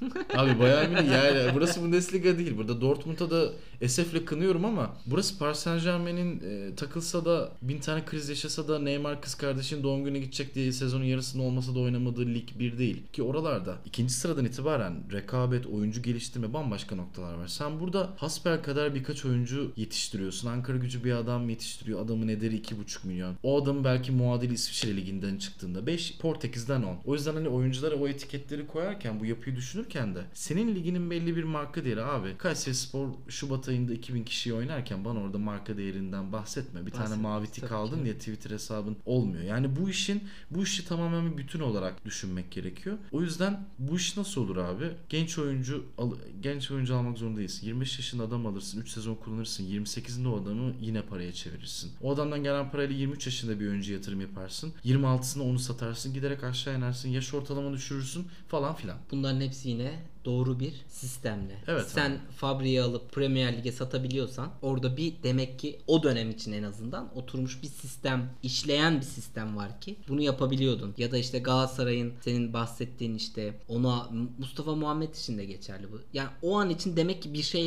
Abi Bayern Münih yani burası Bundesliga değil. Burada Dortmund'a da esefle kınıyorum ama burası Paris Saint-Germain'in e, takılsa da bin tane kriz yaşasa da Neymar kız kardeşin doğum gününe gidecek diye sezonun yarısında olmasa da oynamadığı lig bir değil. Ki oralarda ikinci sıradan itibaren rekabet, oyuncu geliştirme bambaşka noktalar var. Sen burada hasbelkader birkaç oyuncu yetiştiriyorsun. Ankara Gücü bir adam yetiştiriyor. Adamın ederi iki buçuk milyon. O adam belki muadili İsviçre liginden çıktığında beş, Portekiz'den on. O yüzden hani oyunculara o etiketleri koyarken bu yapıyı düşünürken de senin liginin belli bir marka değeri abi. Kayserispor Şubat ayında iki bin kişiyi oynarken bana orada marka değerinden bahsetme. Bir Bahset, tane mavi tik aldın diye Twitter hesabın olmuyor. Yani bu işin bu işi tamamen bir bütün olarak düşünmek gerekiyor. O yüzden bu iş nasıl olur abi? Genç oyuncu al, genç oyuncu almak zorundayız. yirmi beş yaşında adam alırsın. üç sezon kullanırsın. yirmi sekizinde o adamı yine paraya çevirirsin. O adamdan gelen parayla yirmi üç yaşında bir oyuncu yatırım yaparsın. yirmi altısında onu satarsın. Giderek aşağı inersin. Yaş ortalamanı düşürürsün falan filan. Bunların hepsi yine doğru bir sistemle. Evet, sen abi. Fabri'yi alıp Premier Lig'e satabiliyorsan orada bir demek ki o dönem için en azından oturmuş bir sistem, işleyen bir sistem var ki bunu yapabiliyordun. Ya da işte Galatasaray'ın senin bahsettiğin işte ona Mustafa Muhammed için de geçerli bu. Yani o an için demek ki bir şeyler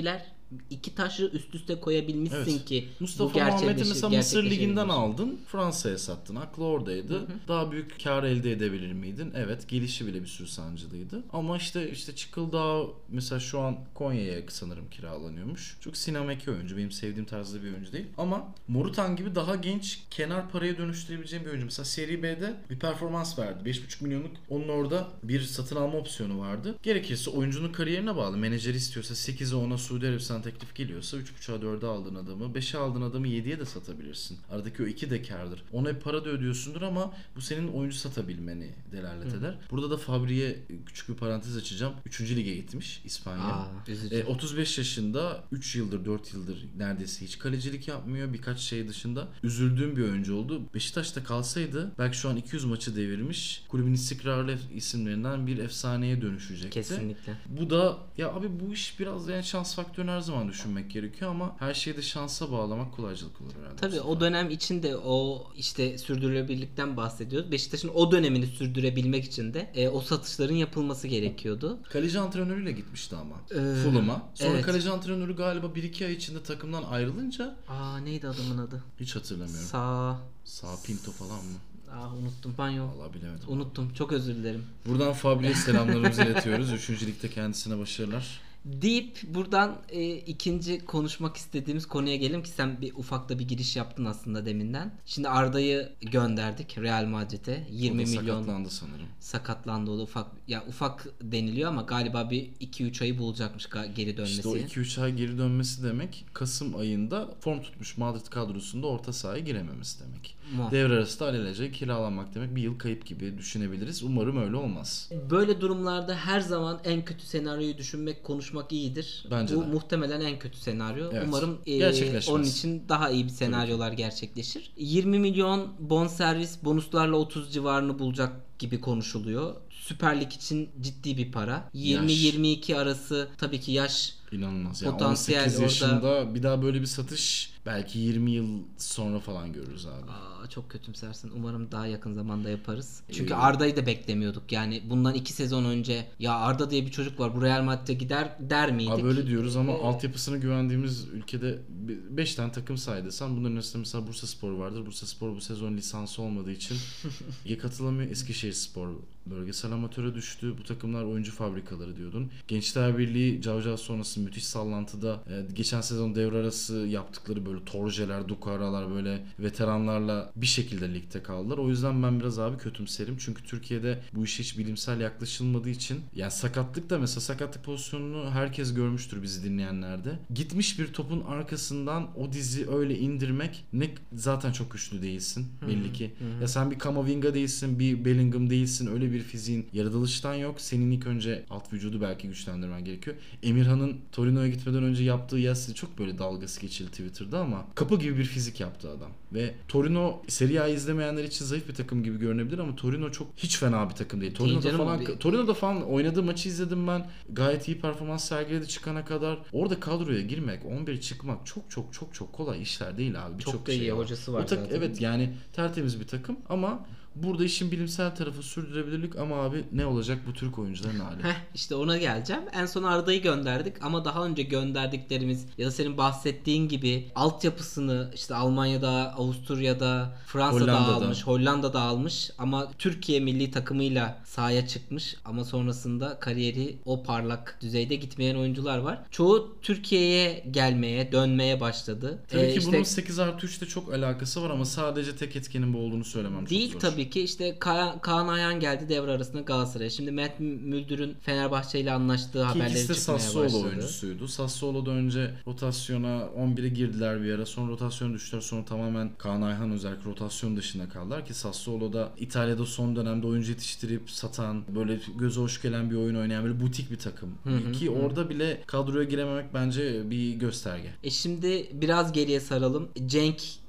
iki taşı üst üste koyabilmişsin Evet. ki Mustafa bu Muhammed'i gerçekleşir, mesela Mısır Ligi'nden gerçekleşebilmiş. aldın, Fransa'ya sattın. Aklı oradaydı. Hı hı. Daha büyük kar elde edebilir miydin? Evet, gelişi bile bir sürü sancılıydı. Ama işte işte Çıkıldağ mesela şu an Konya'ya sanırım kiralanıyormuş. Çok sinemaki oyuncu. Benim sevdiğim tarzda bir oyuncu değil. Ama Morutan gibi daha genç, kenar paraya dönüştürebileceğim bir oyuncu. Mesela Serie B'de bir performans verdi. beş buçuk milyonluk onun orada bir satın alma opsiyonu vardı. Gerekirse oyuncunun kariyerine bağlı. Menajer istiyorsa sekize ona Suudi Arabistan teklif geliyorsa üç buçuğa dörde aldığın adamı, beşe aldığın adamı yediye de satabilirsin. Aradaki o iki de kârdır. Ona hep para da ödüyorsundur ama bu senin oyuncu satabilmeni delalet eder. Burada da Fabri'ye küçük bir parantez açacağım. üçüncü lige gitmiş İspanya. Aa, e, otuz beş yaşında üç yıldır dört yıldır neredeyse hiç kalecilik yapmıyor. Birkaç şey dışında üzüldüğüm bir oyuncu oldu. Beşiktaş'ta kalsaydı belki şu an iki yüz maçı devirmiş. Kulübün istikrarlı isimlerinden bir efsaneye dönüşecekti. Kesinlikle. Bu da ya abi bu iş biraz yani şans faktörünü her zaman düşünmek gerekiyor ama her şeyi de şansa bağlamak kolaycılık olur herhalde. Tabii o dönem içinde o işte sürdürülebilirlikten bahsediyoruz. Beşiktaş'ın o dönemini sürdürebilmek için de e, o satışların yapılması gerekiyordu. Kaleci antrenörüyle gitmişti ama. Ee, Fulham'a. Sonra evet. kaleci antrenörü galiba bir iki ay içinde takımdan ayrılınca Aa neydi adamın adı? hiç hatırlamıyorum. Sağ Sağ Pinto falan mı? Ah unuttum. Banyo. Vallahi bilemedim. Unuttum. Çok özür dilerim. Buradan Fabri'ye selamlarımızı iletiyoruz. Üçüncü ligde kendisine başarılar. Deyip buradan e, ikinci konuşmak istediğimiz konuya gelelim ki sen bir ufakta bir giriş yaptın aslında deminden. Şimdi Arda'yı gönderdik Real Madrid'e. yirmi o da milyon sakatlandı sanırım. Sakatlandı o da ufak ya ufak deniliyor ama galiba bir iki üç ayı bulacakmış geri dönmesi. İşte o iki üç ay geri dönmesi demek Kasım ayında form tutmuş Madrid kadrosunda orta sahaya girememesi demek. Muhakkak. Devre arası da alelacele kiralanmak demek. Bir yıl kayıp gibi düşünebiliriz. Umarım öyle olmaz. Böyle durumlarda her zaman en kötü senaryoyu düşünmek, konuşmak iyidir. Bence Bu de. muhtemelen en kötü senaryo. Evet. Umarım e, Gerçekleşmez. onun için daha iyi bir senaryolar gerçekleşir. yirmi milyon bonservis bonuslarla otuz civarını bulacak gibi konuşuluyor. Süper Lig için ciddi bir para. yirmi yirmi iki arası tabii ki yaş İnanılmaz. Yani potansiyel on sekiz orada. yaşında bir daha böyle bir satış belki yirmi yıl sonra falan görürüz abi. Aa, çok kötümsersin. Umarım daha yakın zamanda yaparız. Çünkü Ee, Arda'yı da beklemiyorduk. Yani bundan iki sezon önce ya Arda diye bir çocuk var bu Real Madrid'e gider der miydik? Abi öyle diyoruz ama Ee, altyapısına güvendiğimiz ülkede beş tane takım say desem bunların arasında mesela Bursaspor vardır. Bursaspor bu sezon lisansı olmadığı için lige katılamıyor. Eskişehirspor bölgesel amatöre düştü. Bu takımlar oyuncu fabrikaları diyordun. Gençler Birliği Cavcav sonrası müthiş sallantıda e, geçen sezon devre arası yaptıkları böyle Torjeler, Dukaralar böyle veteranlarla bir şekilde ligde kaldılar. O yüzden ben biraz abi kötümserim. Çünkü Türkiye'de bu işe hiç bilimsel yaklaşılmadığı için yani sakatlık da mesela sakatlık pozisyonunu herkes görmüştür bizi dinleyenlerde. Gitmiş bir topun arkasından o dizi öyle indirmek ne zaten çok güçlü değilsin belli ki. Ya sen bir Kamavinga değilsin, bir Bellingham değilsin. Öyle bir fiziğin yaratılıştan yok. Senin ilk önce alt vücudu belki güçlendirmen gerekiyor. Emirhan'ın Torino'ya gitmeden önce yaptığı yazısı çok böyle dalgası geçildi Twitter'da ama kapı gibi bir fizik yaptı adam. Ve Torino Serie A'yı izlemeyenler için zayıf bir takım gibi görünebilir ama Torino çok hiç fena bir takım değil. Torino'da canım, falan bir- Torino'da falan oynadığı maçı izledim ben. Gayet iyi performans sergiledi çıkana kadar. Orada kadroya girmek, on bir çıkmak çok çok çok çok kolay işler değil abi. Çok Birçok da iyi şey var. hocası var O tak- zaten. Evet yani tertemiz bir takım ama burada işin bilimsel tarafı sürdürebilirlik ama abi ne olacak bu Türk oyuncuların hali? Heh, işte ona geleceğim. En son Arda'yı gönderdik ama daha önce gönderdiklerimiz ya da senin bahsettiğin gibi altyapısını işte Almanya'da, Avusturya'da, Fransa'da Hollanda'da. almış, Hollanda'da almış ama Türkiye milli takımıyla sahaya çıkmış ama sonrasında kariyeri o parlak düzeyde gitmeyen oyuncular var. Çoğu Türkiye'ye gelmeye, dönmeye başladı. Tabii Ee, ki işte bunun sekiz artı üçte çok alakası var ama sadece tek etkenin bu olduğunu söylemem değil çok zor. tabii ki işte Ka- Kaan Ayhan geldi devre arasında Galatasaray'a. Şimdi Mert Müldür'ün Fenerbahçe ile anlaştığı Ki haberleri ikisi de çıkmaya Sassuolo başladı. oyuncusuydu. Sassuolo'da önce rotasyona on bire girdiler bir ara. Sonra rotasyon düştüler. Sonra tamamen Kaan Ayhan özellikle rotasyon dışında kaldılar ki Sassuolo'da İtalya'da son dönemde oyuncu yetiştirip satan, böyle göze hoş gelen bir oyun oynayan böyle butik bir takım. Hı hı, ki hı. orada bile kadroya girememek bence bir gösterge. E şimdi biraz geriye saralım. Cenk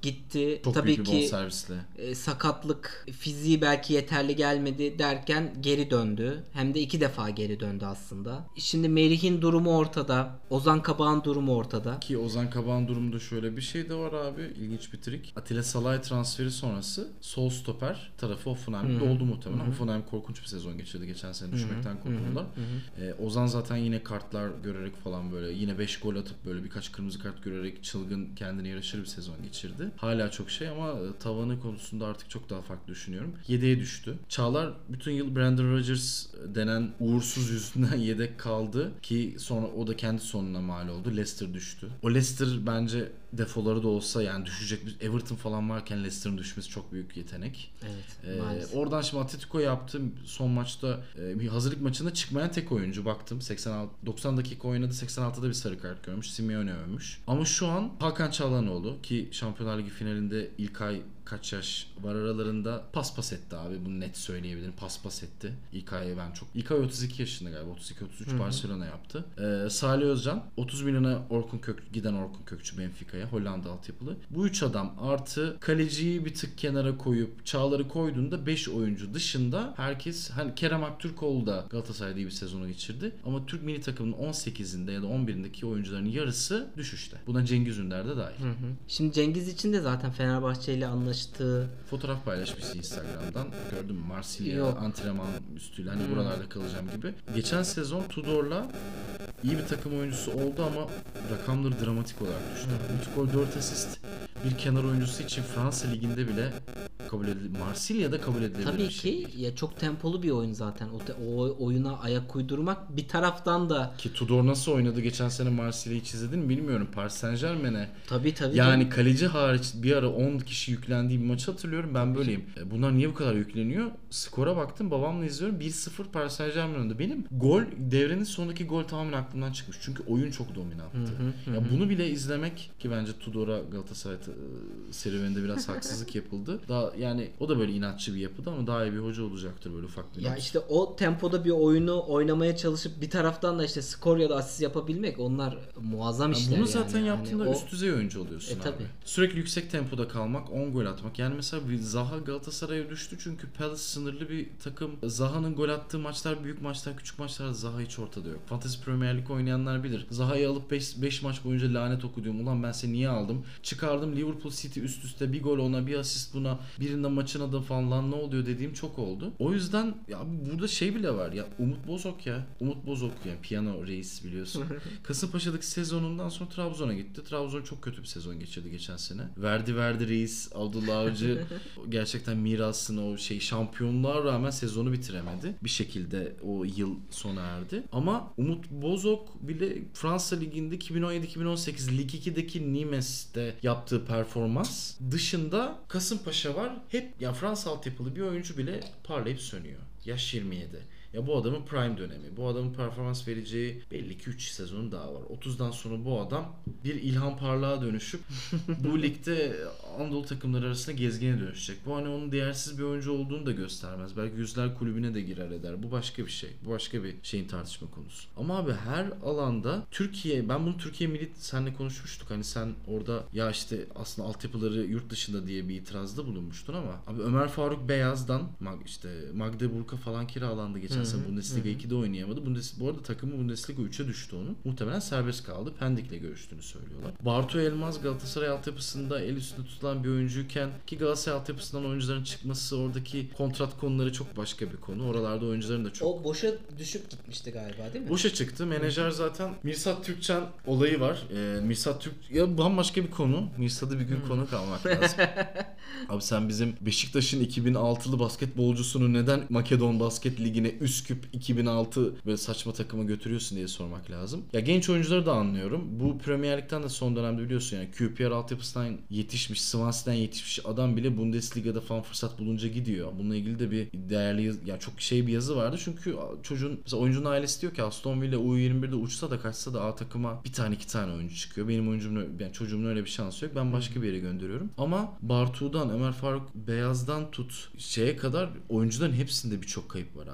gitti. Çok Tabii büyük bir ki bonservisle. e, sakatlık, fiziği belki yeterli gelmedi derken geri döndü. Hem de iki defa geri döndü aslında. Şimdi Merih'in durumu ortada. Ozan Kabak'ın durumu ortada. Ki Ozan Kabak'ın durumunda şöyle bir şey de var abi. İlginç bir trik. Atilla Salay transferi sonrası sol stoper tarafı Hoffenheim doldu muhtemelen. Hoffenheim korkunç bir sezon geçirdi. Geçen sene düşmekten kurtuldular. Ee, Ozan zaten yine kartlar görerek falan böyle yine beş gol atıp böyle birkaç kırmızı kart görerek çılgın kendine yaraşır bir sezon geçirdi. Hala çok şey ama tavanı konusunda artık çok daha farklı düşünüyorum. Yedeğe düştü. Çağlar bütün yıl Brandon Rodgers denen uğursuz yüzünden yedek kaldı ki sonra o da kendi sonuna mal oldu. Leicester düştü. O Leicester bence defoları da olsa yani düşecek bir Everton falan varken Leicester'ın düşmesi çok büyük yetenek. Evet. Ee, oradan şimdi Atletico yaptım. Son maçta e, bir hazırlık maçında çıkmayan tek oyuncu baktım. seksen altı doksan dakika oynadı. seksen altıda bir sarı kart görmüş. Simeone övmüş. Ama şu an Hakan Çalhanoğlu ki Şampiyonlar Ligi finalinde İlkay kaç yaş var aralarında paspas etti abi. Bunu net söyleyebilirim. Paspas etti. İlkay'ı ben çok. İlkay otuz iki yaşında galiba. otuz iki otuz üç Barcelona yaptı. Ee, Salih Özcan otuz milyona Orkun Kök giden Orkun Kökçü Benfica'ya. Hollanda altyapılı. Bu üç adam artı kaleciyi bir tık kenara koyup Çağlar'ı koyduğunda beş oyuncu dışında herkes hani Kerem Aktürkoğlu da Galatasaray'da iyi bir sezonu geçirdi. Ama Türk milli takımının on sekizinde ya da on birindeki oyuncuların yarısı düşüşte. Buna Cengiz Ünder de dahil. Hı hı. Şimdi Cengiz için de zaten Fenerbahçe ile anlaştığı Fotoğraf paylaşmışsın Instagram'dan. Gördün mü? Marsilya Yok. antrenman üstüyle hani Hmm. buralarda kalacağım gibi. Geçen sezon Tudor'la iyi bir takım oyuncusu oldu ama rakamları dramatik olarak düştü. üç gol dört asist bir kenar oyuncusu için Fransa Ligi'nde bile kabul edilir. Marsilya'da kabul edilebilir tabii bir şey ki değil. ya çok tempolu bir oyun zaten. O, te- o oyuna ayak uydurmak bir taraftan da Ki Tudor nasıl oynadı geçen sene Marsilya'yı hiç izledin mi bilmiyorum. Paris Saint Germain'e tabii tabii. yani tabii. kaleci hariç bir ara on kişi yüklendiği bir maçı hatırlıyorum. Ben böyleyim. E, Bunlar niye bu kadar yükleniyor? Skora baktım. Babamla izliyorum. bir sıfır Paris Saint Germain önünde. Benim gol devrenin sonundaki gol tamamen aklımdan çıkmış. Çünkü oyun çok dominanttı. Hı hı, Ya hı. bunu bile izlemek ki bence Tudor'a Galatasaray e, serüveninde biraz haksızlık yapıldı. Daha yani o da böyle inatçı bir yapıda ama daha iyi bir hoca olacaktır böyle ufak bir Ya inat. işte o tempoda bir oyunu oynamaya çalışıp bir taraftan da işte skor ya da asist yapabilmek onlar muazzam Ya işler bunu yani. zaten Yani yaptığında o- üst düzey oyuncu oluyorsun E, abi. tabii. Sürekli yüksek tempoda kalmak, on gol atmak. Yani mesela bir Zaha Galatasaray'a düştü çünkü Palace sınırlı bir takım. Zaha'nın gol attığı maçlar, büyük maçlar, küçük maçlar Zaha hiç ortada yok. Fantasy Premier Lig oynayanlar bilir. Zaha'yı alıp beş maç boyunca lanet okudum. Ulan ben seni niye aldım? Çıkardım Liverpool City üst üste bir gol ona, bir asist buna. Birinde maçın adı falan lan ne oluyor dediğim çok oldu. O yüzden ya burada şey bile var ya Umut Bozok ya. Umut Bozok yani piyano reis biliyorsun. Kasımpaşa'daki sezonundan sonra Trabzon'a gitti. Trabzon çok kötü bir sezon geçirdi geçen sene. Verdi verdi reis Abdullah Avcı gerçekten mirasını o şey şampiyonluğa rağmen sezonu bitiremedi. Bir şekilde o yıl sona erdi. Ama Umut Bozok bile Fransa Ligi'nde iki bin on yedi iki bin on sekiz Lig ikideki Nimes'te yaptığı performans dışında Kasımpaşa var. Hep ya Fransa altyapılı bir oyuncu bile parlayıp sönüyor. Yaş yirmi yedi. Ya bu adamın prime dönemi. Bu adamın performans vereceği belli ki üç sezonu daha var. otuzdan sonra bu adam bir İlhan Parlak'a dönüşüp bu ligde Anadolu takımları arasında gezgine dönüşecek. Bu hani onun değersiz bir oyuncu olduğunu da göstermez. Belki Yüzler Kulübü'ne de girer eder. Bu başka bir şey. Bu başka bir şeyin tartışma konusu. Ama abi her alanda Türkiye, ben bunu Türkiye Milli seninle konuşmuştuk. Hani sen orada ya işte aslında altyapıları yurt dışında diye bir itirazda bulunmuştun ama abi Ömer Faruk Beyaz'dan işte Magdeburg'a falan kiralandı geçen sene Bundesliga ikide oynayamadı. Bundes bu arada takımı Bundesliga üçe düştü onun. Muhtemelen serbest kaldı. Pendik'le görüştüğünü söylüyorlar. Bartu Elmaz Galatasaray altyapısında el üstünde tutulan bir oyuncuyken ki Galatasaray altyapısından oyuncuların çıkması oradaki kontrat konuları çok başka bir konu. Oralarda oyuncuların da çok o boşa düşüp gitmişti galiba değil mi? boşa çıktı. Menajer zaten Mirsat Türkçen olayı var. Ee, Mirsat Türk ya bambaşka bir konu. Mirsat'ı bir gün konuk almak lazım. Abi sen bizim Beşiktaş'ın iki bin altılı basketbolcusunu neden Makedon Basket Ligi'ne Üsküp iki bin altı böyle saçma takıma götürüyorsun diye sormak lazım. Ya genç oyuncuları da anlıyorum. Bu Premier Lig'den de son dönemde biliyorsun yani Q P R altyapısından yetişmiş, Swansea'den yetişmiş adam bile Bundesliga'da falan fırsat bulunca gidiyor. Bununla ilgili de bir değerli ya yani çok şey bir yazı vardı. Çünkü çocuğun mesela oyuncunun ailesi diyor ki Aston Villa U yirmi birde uçsa da kaçsa da A takıma bir tane iki tane oyuncu çıkıyor. Benim oyuncumun yani çocuğumun öyle bir şansı yok. Ben başka bir yere gönderiyorum. Ama Bartu'dan, Ömer Faruk Beyaz'dan tut şeye kadar oyuncuların hepsinde birçok kayıp var abi. Yani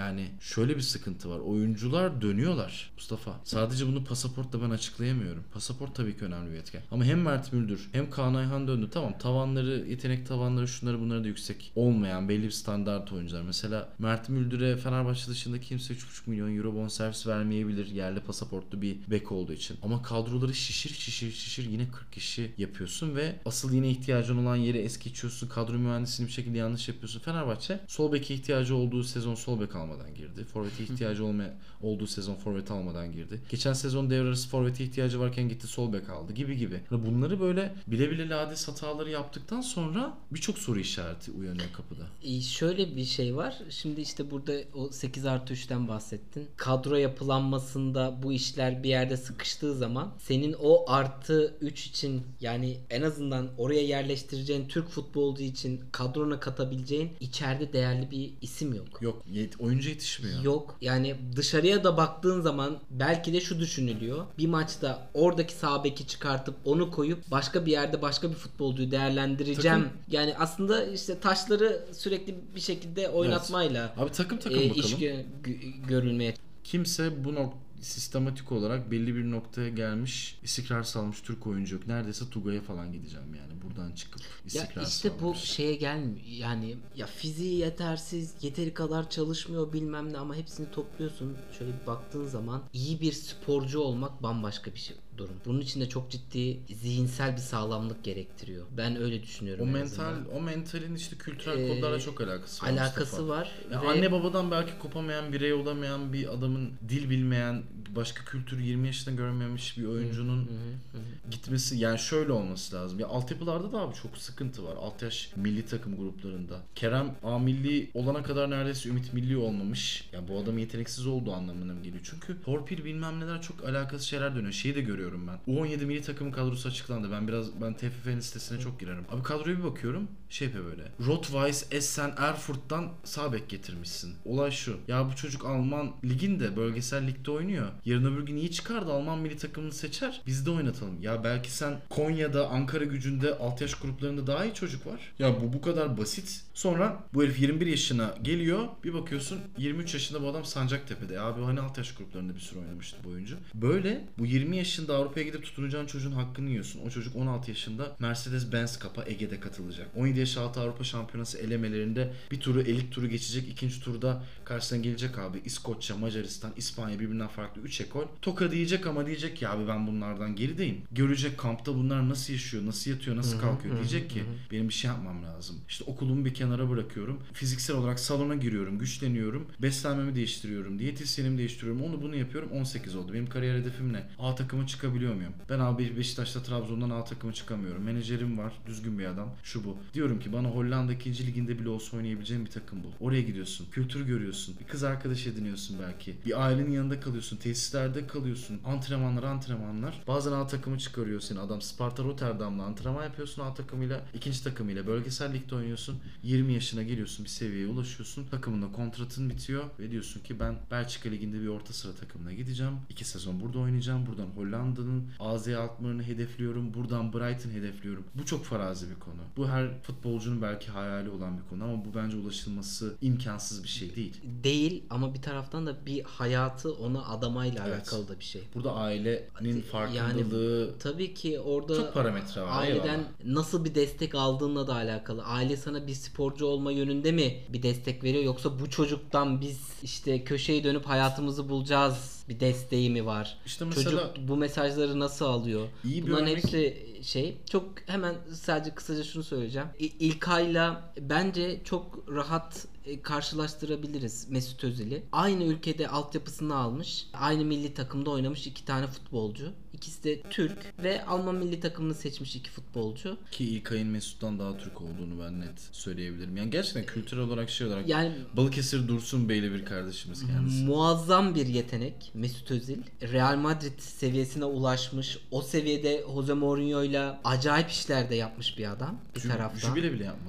Yani şöyle bir sıkıntı var. Oyuncular dönüyorlar Mustafa. Sadece bunu pasaportla ben açıklayamıyorum. Pasaport tabii ki önemli bir etken. Ama hem Mert Müldür hem Kaan Ayhan döndü. Tamam, tavanları, yetenek tavanları şunları bunları da yüksek olmayan belli bir standart oyuncular. Mesela Mert Müldür'e Fenerbahçe dışında kimse üç buçuk milyon euro bonservis vermeyebilir. Yerli pasaportlu bir bek olduğu için. Ama kadroları şişir şişir şişir yine kırk kişi yapıyorsun ve asıl yine ihtiyacın olan yeri es geçiyorsun. Kadro mühendisliğini bir şekilde yanlış yapıyorsun. Fenerbahçe sol beke ihtiyacı olduğu sezon sol bek almadan girdi. Forvet'e ihtiyacı olma, olduğu sezon forvet almadan girdi. Geçen sezon devre arası forvete ihtiyacı varken gitti sol bek aldı gibi gibi. Bunları böyle bile bile lades hataları yaptıktan sonra birçok soru işareti uyanıyor kapıda. E şöyle bir şey var. Şimdi işte burada o sekiz artı üçten bahsettin. Kadro yapılanmasında bu işler bir yerde sıkıştığı zaman senin o artı üç için, yani en azından oraya yerleştireceğin Türk futbolcu için kadrona katabileceğin içeride değerli bir isim yok. Yok. Yet- oyuncu yetişmiyor. Yok. Yani dışarıya da baktığın zaman belki de şu düşünülüyor. Bir maçta oradaki sağ beki çıkartıp onu koyup başka bir yerde başka bir futbolcuyu değerlendireceğim. Takım. Yani aslında işte taşları sürekli bir şekilde oynatmayla Abi takım takım e, bakalım. iş gö- gö- görülmeye. Kimse bu nok- sistematik olarak belli bir noktaya gelmiş, istikrar salmış Türk oyuncu yok. Neredeyse Tugay'a falan gideceğim yani buradan çıkıp istikrar Ya işte salmış. bu şeye gelmiyor. Yani ya fiziği yetersiz, yeteri kadar çalışmıyor bilmem ne, ama hepsini topluyorsun. Şöyle bir baktığın zaman iyi bir sporcu olmak bambaşka bir şey durum. Bunun için de çok ciddi zihinsel bir sağlamlık gerektiriyor. Ben öyle düşünüyorum. O en mental, azından. o mentalin işte kültürel Ee, kodlarla çok alakası var. Alakası Mustafa. var. Ya ve anne babadan belki kopamayan, birey olamayan bir adamın, dil bilmeyen, başka kültürü yirmi yaşında görmemiş bir oyuncunun Hı hı, hı. gitmesi, yani şöyle olması lazım. Ya altyapılarda da abi çok sıkıntı var. Alt yaş milli takım gruplarında. Kerem A milli olana kadar neredeyse Ümit milli olmamış. Ya bu adam yeteneksiz olduğu anlamına mı geliyor? Çünkü torpil bilmem neler çok alakasız şeyler dönüyor. Şeyi de görüyorum ben. U on yedi milli takım kadrosu açıklandı. Ben biraz ben T F F'nin listesine çok girerim. Abi kadroya bir bakıyorum. Şey yapıyor böyle. Rotweiss, Essen, Erfurt'tan sağ bek getirmişsin. Olay şu. Ya bu çocuk Alman liginde, bölgesel ligde oynuyor. Yarın öbür gün iyi çıkar da Alman milli takımını seçer. Biz de oynatalım. Ya belki sen Konya'da, Ankara Gücü'nde alt yaş gruplarında daha iyi çocuk var. Ya bu bu kadar basit. Sonra bu herif yirmi bir yaşına geliyor. Bir bakıyorsun yirmi üç yaşında bu adam Sancaktepe'de. Abi hani alt yaş gruplarında bir sürü oynamıştı bu oyuncu. Böyle bu yirmi yaşında Avrupa'ya gidip tutunacağın çocuğun hakkını yiyorsun. O çocuk on altı yaşında Mercedes-Benz Cup'a Ege'de katılacak. on yedi yaş altı Avrupa Şampiyonası elemelerinde bir turu, elit turu geçecek. İkinci turda karşısına gelecek abi İskoçya, Macaristan, İspanya, birbirinden farklı üç ekol. Toka diyecek ama diyecek ki abi ben bunlardan gerideyim. Görecek kampta bunlar nasıl yaşıyor, nasıl yatıyor, nasıl kalkıyor. Diyecek ki benim bir şey yapmam lazım. İşte okulumu bir kenara bırakıyorum. Fiziksel olarak salona giriyorum, güçleniyorum. Beslenmemi değiştiriyorum. Diyetisyenimi değiştiriyorum. Onu bunu yapıyorum. on sekiz oldu. Benim kariyer hedefim ne? A takıma çıkabiliyor muyum? Ben abi Beşiktaş'ta, Trabzon'dan A takıma çıkamıyorum. Menajerim var. Düzgün bir adam. Şu bu. Diyorum ki bana Hollanda ikinci liginde bile olsa oynayabileceğim bir takım bul. Oraya gidiyorsun. Kültür görüyorsun. Bir kız arkadaş ediniyorsun belki. Bir ailenin yanında kalıyorsun. Tesislerde kalıyorsun. Antrenmanlar antrenmanlar. Bazen A takımı çıkarıyor seni adam. Sparta Rotterdam'la antrenman yapıyorsun A takımıyla. İkinci takımıyla bölgesel ligde oynuyorsun. yirmi yaşına geliyorsun. Bir seviyeye ulaşıyorsun. Takımında kontratın bitiyor. Ve diyorsun ki ben Belçika liginde bir orta sıra takımına gideceğim. İki sezon burada oynayacağım. Buradan Hollanda'nın A Z Alkmaar'ını hedefliyorum. Buradan Brighton hedefliyorum. Bu çok farazi bir konu. Bu her futbolcunun belki hayali olan bir konu ama bu bence ulaşılması imkansız bir şey değil. Değil, ama bir taraftan da bir hayatı ona adamayla Evet. alakalı da bir şey. Burada ailenin farkındalığı, Yani tabii ki orada çok parametre var. aileden Eyvallah. nasıl bir destek aldığınla da alakalı. Aile sana bir sporcu olma yönünde mi bir destek veriyor, yoksa bu çocuktan biz işte köşeyi dönüp hayatımızı bulacağız bir desteği mi var? İşte mesela Çocuk bu mesajları nasıl alıyor? iyi bir Bunların örnek- hepsi şey. Çok hemen sadece kısaca şunu söyleyeceğim. İ- İlkay'la bence çok rahat e, karşılaştırabiliriz Mesut Özil'i. Aynı ülkede altyapısını almış, aynı milli takımda oynamış iki tane futbolcu. İkisi de Türk ve Alman milli takımını seçmiş iki futbolcu. ki İlkay'ın Mesut'tan daha Türk olduğunu ben net söyleyebilirim. Yani gerçekten kültürel olarak şey olarak Yani Balıkesir Dursun Beyli bir kardeşimiz kendisi. muazzam bir yetenek Mesut Özil. Real Madrid seviyesine ulaşmış. O seviyede Jose Mourinho'yla acayip işler de yapmış bir adam bir Jü- taraftan. Jübile bile yapmadı ya.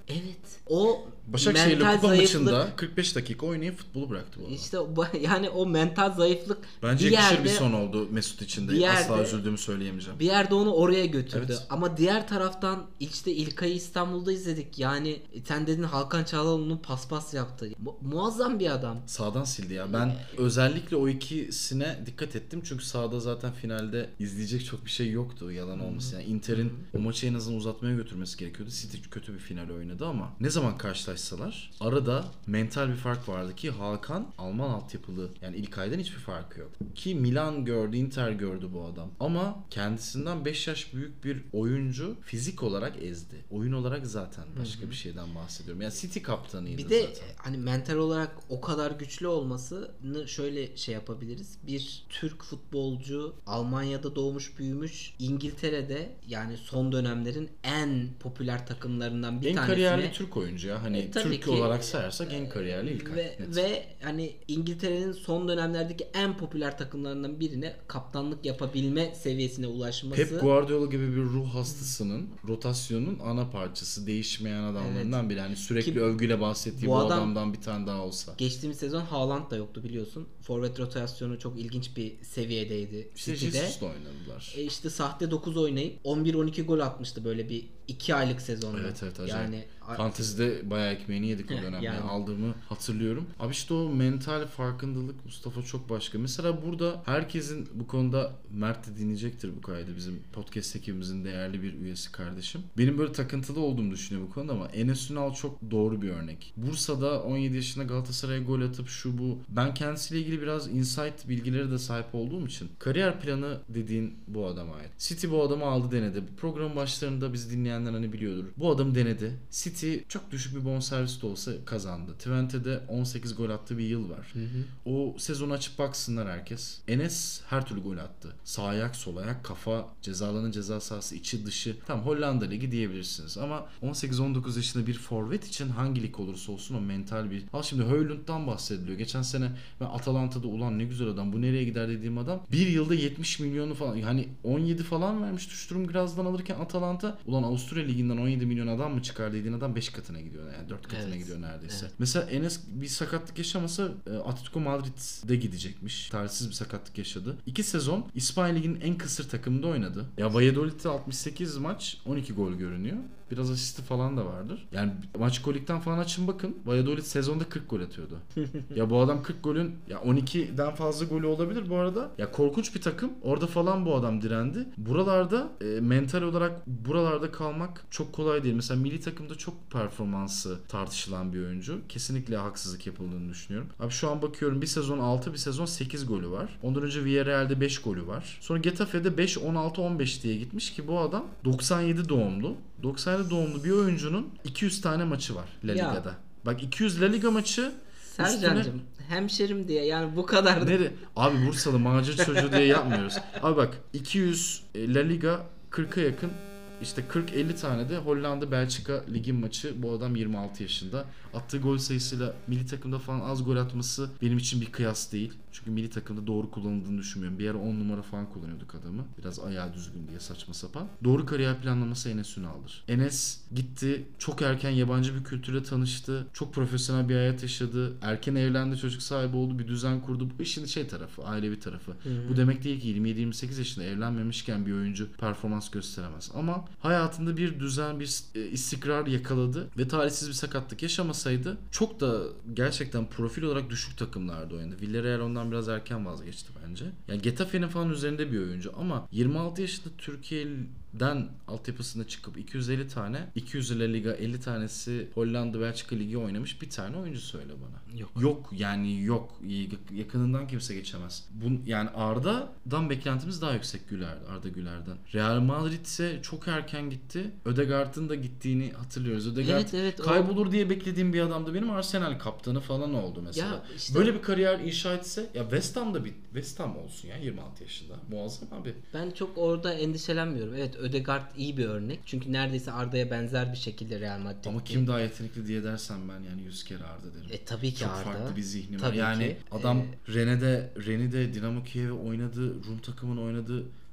Evet. O Başakşehir'le mental kupa zayıflık, maçında kırk beş dakika oynayıp futbolu bıraktı bu adam. İşte yani o mental zayıflık Bence bir yakışır yerde, bir son oldu Mesut için de. bir yerde, Asla üzüldüğümü söyleyemeyeceğim. bir yerde onu oraya götürdü. Evet. Ama diğer taraftan işte İlkay'ı İstanbul'da izledik. Yani sen dedin Hakan Çalhanoğlu'nu paspas yaptı. Mu- muazzam bir adam. Sağdan sildi ya. Ben özellikle o ikisine dikkat ettim. Çünkü sağda zaten finalde izleyecek çok bir şey yoktu. Yalan olmasın. Yani Inter'in o maçı en azından uzatmaya götürmesi gerekiyordu. City kötü bir final oynadı ama ne zaman karşılaşsalar arada mental bir fark vardı ki Hakan Alman altyapılı. Yani İlkay'dan hiçbir farkı yok. Ki Milan gördü, Inter gördü bu adam. Ama kendisinden beş yaş büyük bir oyuncu fizik olarak ezdi. Oyun olarak zaten başka Hı-hı. bir şeyden bahsediyorum. Yani City kaptanıydı bir de zaten. Hani mental olarak o kadar güçlü olmasını şöyle şey yapabiliriz. Bir Türk futbolcu Almanya'da doğmuş büyümüş, İngiltere'de yani son dönemlerin en popüler takımlarından bir en tanesine. En kariyerli Türk oyuncu ya. Hani e, Türk ki, olarak sayarsak en kariyerli İlkay. Ve, ve hani İngiltere'nin son dönemlerdeki en popüler takımlarından birine kaptanlık yapabilme seviyesine ulaşması. Pep Guardiola gibi bir ruh hastasının rotasyonun ana parçası, değişmeyen adamlarından evet. biri. Yani sürekli ki, övgüyle bahsettiği bu, bu adam, adamdan bir tane daha olsa. Geçtiğimiz sezon Haaland da yoktu biliyorsun. Forvet rotasyonu çok ilginç bir seviyedeydi İşte City'de. Jesus'la oynadılar. E işte sahte dokuz oynayıp on bir on iki gol atmıştı böyle bir iki aylık sezonda. Evet evet acayip. Yani Fantezide bayağı ekmeğini yedik o dönemde. Yani. Aldığımı hatırlıyorum. Abi işte o mental farkındalık Mustafa çok başka. Mesela burada herkesin bu konuda Mert de dinleyecektir bu kaydı. Bizim podcast ekibimizin değerli bir üyesi kardeşim. Benim böyle takıntılı olduğumu düşünüyor bu konuda ama Enes Ünal çok doğru bir örnek. Bursa'da on yedi yaşında Galatasaray'a gol atıp şu bu. Ben kendisiyle ilgili biraz insight bilgileri de sahip olduğum için kariyer planı dediğin bu adama ait. City bu adamı aldı denedi. Program başlarında biz dinleyenler hani biliyordur. Bu adam denedi. City çok düşük bir bonservis de olsa kazandı. Twente'de on sekiz gol attığı bir yıl var. Hı hı. O sezonu açıp baksınlar herkes. Enes her türlü gol attı. Sağ ayak, sol ayak, kafa, ceza alanı, ceza sahası, içi dışı. Tam Hollanda Ligi diyebilirsiniz. Ama on sekiz on dokuz yaşında bir forvet için hangi lig olursa olsun o mental bir... Al şimdi Højlund'dan bahsediliyor. Geçen sene ben Atalanta'da ulan ne güzel adam bu nereye gider dediğim adam bir yılda yetmiş milyonu falan yani on yedi falan vermişti Sturm Graz'dan alırken Atalanta ulan Avusturya Ligi'nden on yedi milyon adam mı çıkar dediğin adam beş katına gidiyor yani dört katına evet. gidiyor neredeyse. Evet. Mesela Enes bir sakatlık yaşamasa Atletico Madrid'de gidecekmiş. Tarihsiz bir sakatlık yaşadı. İki sezon İspanya Ligi'nin en kısır takımında oynadı. Ya Valladolid'de altmış sekiz maç on iki gol görünüyor. Biraz asisti falan da vardır. Yani maç kolikten falan açın bakın. Valladolid sezonda kırk gol atıyordu. Ya bu adam kırk golün ya on ikiden fazla golü olabilir bu arada. Ya korkunç bir takım. Orada falan bu adam direndi. Buralarda e, mental olarak buralarda kalmak çok kolay değil. Mesela milli takımda çok performansı tartışılan bir oyuncu. Kesinlikle haksızlık yapıldığını düşünüyorum. Abi şu an bakıyorum bir sezon altı bir sezon sekiz golü var. Ondan önce Villarreal'de beş golü var. Sonra Getafe'de beş on altı on beş diye gitmiş ki bu adam doksan yedi doğumlu. doksan yedi doğumlu bir oyuncunun iki yüz tane maçı var La Liga'da. Ya. Bak iki yüz La Liga maçı Sercan'cığım üstüne... hemşerim diye yani bu kadar da... Nere? Abi Bursalı macir çocuğu diye yapmıyoruz. Abi bak iki yüz La Liga kırka yakın işte kırk elli tane de Hollanda Belçika ligin maçı. Bu adam yirmi altı yaşında. Attığı gol sayısıyla milli takımda falan az gol atması benim için bir kıyas değil. Çünkü milli takımda doğru kullanıldığını düşünmüyorum. Bir ara on numara falan kullanıyorduk adamı. Biraz ayağı düzgün diye saçma sapan. Doğru kariyer planlaması Enes Ünal'dır. Enes gitti. Çok erken yabancı bir kültüre tanıştı. Çok profesyonel bir hayat yaşadı. Erken evlendi. Çocuk sahibi oldu. Bir düzen kurdu. Bu işin şey tarafı. Ailevi tarafı. Hı-hı. Bu demek değil ki yirmi yedi yirmi sekiz yaşında evlenmemişken bir oyuncu performans gösteremez. Ama hayatında bir düzen, bir istikrar yakaladı. Ve talihsiz bir sakatlık yaşamasaydı çok da gerçekten profil olarak düşük takımlarda oynadı. Villarreal ondan biraz erken vazgeçti bence. Yani Getafe'nin falan üzerinde bir oyuncu ama yirmi altı yaşında Türkiye'den altyapısına çıkıp iki yüz elli tane, iki yüz La Liga elli tanesi Hollanda Belçika Ligi oynamış bir tane oyuncu söyle bana. Yok. Yok yani yok. Yakınından kimse geçemez. Bun, yani Arda'dan beklentimiz daha yüksek Güler, Arda Güler'den. Real Madrid ise çok erken gitti. Ödegaard'ın da gittiğini hatırlıyoruz. Ödegaard evet, evet, kaybolur o... diye beklediğim bir adamdı. Benim Arsenal kaptanı falan oldu mesela. Ya işte... Böyle bir kariyer inşa etse ya West Ham'da bir West Ham olsun ya yirmi altı yaşında. Muazzam abi. Ben çok orada endişelenmiyorum. Evet Ödegaard iyi bir örnek. Çünkü neredeyse Arda'ya benzer bir şekilde Real Madrid. Ama kim daha yetenekli diye dersen ben yani yüz kere Arda derim. E tabii ki çok Arda. Çok farklı bir zihni var. Yani ki. adam ee... Rennes'de Rennes'de Dinamo Kiev'e oynadı. Rum takımını oynadı.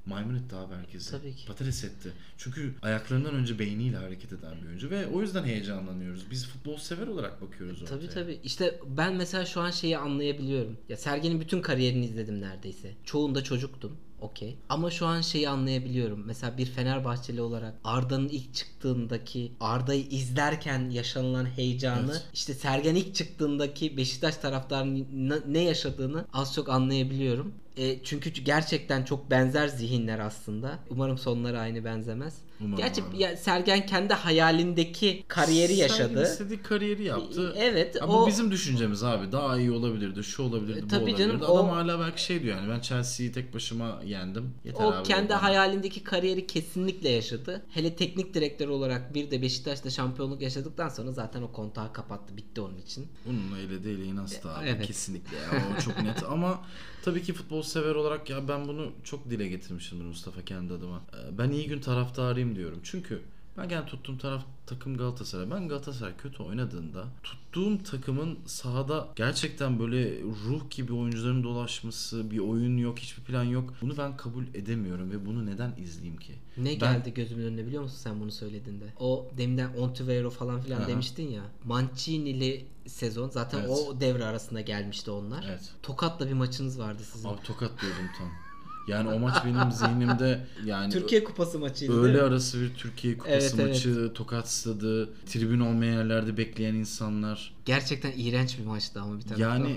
maymun etti abi herkesi. Tabii ki. Patates etti. Çünkü ayaklarından önce beyniyle hareket eden bir oyuncu ve o yüzden heyecanlanıyoruz. Biz futbol sever olarak bakıyoruz ortaya. Tabii tabii. İşte ben mesela şu an şeyi anlayabiliyorum. Ya Sergen'in bütün kariyerini izledim neredeyse. Çoğunda çocuktum. Okey. Ama şu an şeyi anlayabiliyorum. Mesela bir Fenerbahçeli olarak Arda'nın ilk çıktığındaki, Arda'yı izlerken yaşanılan heyecanı, Evet. işte Sergen ilk çıktığındaki Beşiktaş taraftarının ne yaşadığını az çok anlayabiliyorum. E, çünkü gerçekten çok benzer zihinler aslında. Umarım sonları aynı benzemez. Umarım Gerçi abi. ya Sergen kendi hayalindeki kariyeri yaşadı. Sergen istediği kariyeri yaptı. Evet. Ya o bu bizim düşüncemiz abi. Daha iyi olabilirdi, şu olabilirdi, bu Tabii olabilirdi. canım, Adam o- hala belki şey diyor yani ben Chelsea'yi tek başıma yendim. Yeter O abi kendi bana. hayalindeki kariyeri kesinlikle yaşadı. Hele teknik direktör olarak bir de Beşiktaş'ta şampiyonluk yaşadıktan sonra zaten o kontağı kapattı. Bitti onun için. Bununla ele değil inançtı abi. Evet. Kesinlikle ya. O çok net ama tabii ki futbol sever olarak ya ben bunu çok dile getirmişimdir Mustafa kendi adıma. Ee, Ben iyi gün taraftarıyım diyorum. Çünkü ben gene tuttuğum taraf takım Galatasaray. Ben Galatasaray kötü oynadığında tuttuğum takımın sahada gerçekten böyle ruh gibi oyuncuların dolaşması, bir oyun yok, hiçbir plan yok. Bunu ben kabul edemiyorum ve bunu neden izleyeyim ki? Ne Ben- geldi gözümün önüne biliyor musun sen bunu söylediğinde? O deminden Ontivero falan filan Aha. demiştin ya. Mancini'li sezon zaten Evet. o devre arasında gelmişti onlar. Evet. Tokat'la bir maçınız vardı sizin. Abi tokat diyordum tam. Yani o maç benim zihnimde yani Türkiye Kupası maçıydı değil öğle mi? arası bir Türkiye Kupası Evet, evet. maçı, Tokat stadı, tribün olmayan yerlerde bekleyen insanlar. Gerçekten iğrenç bir maçtı ama bir taraftan. Yani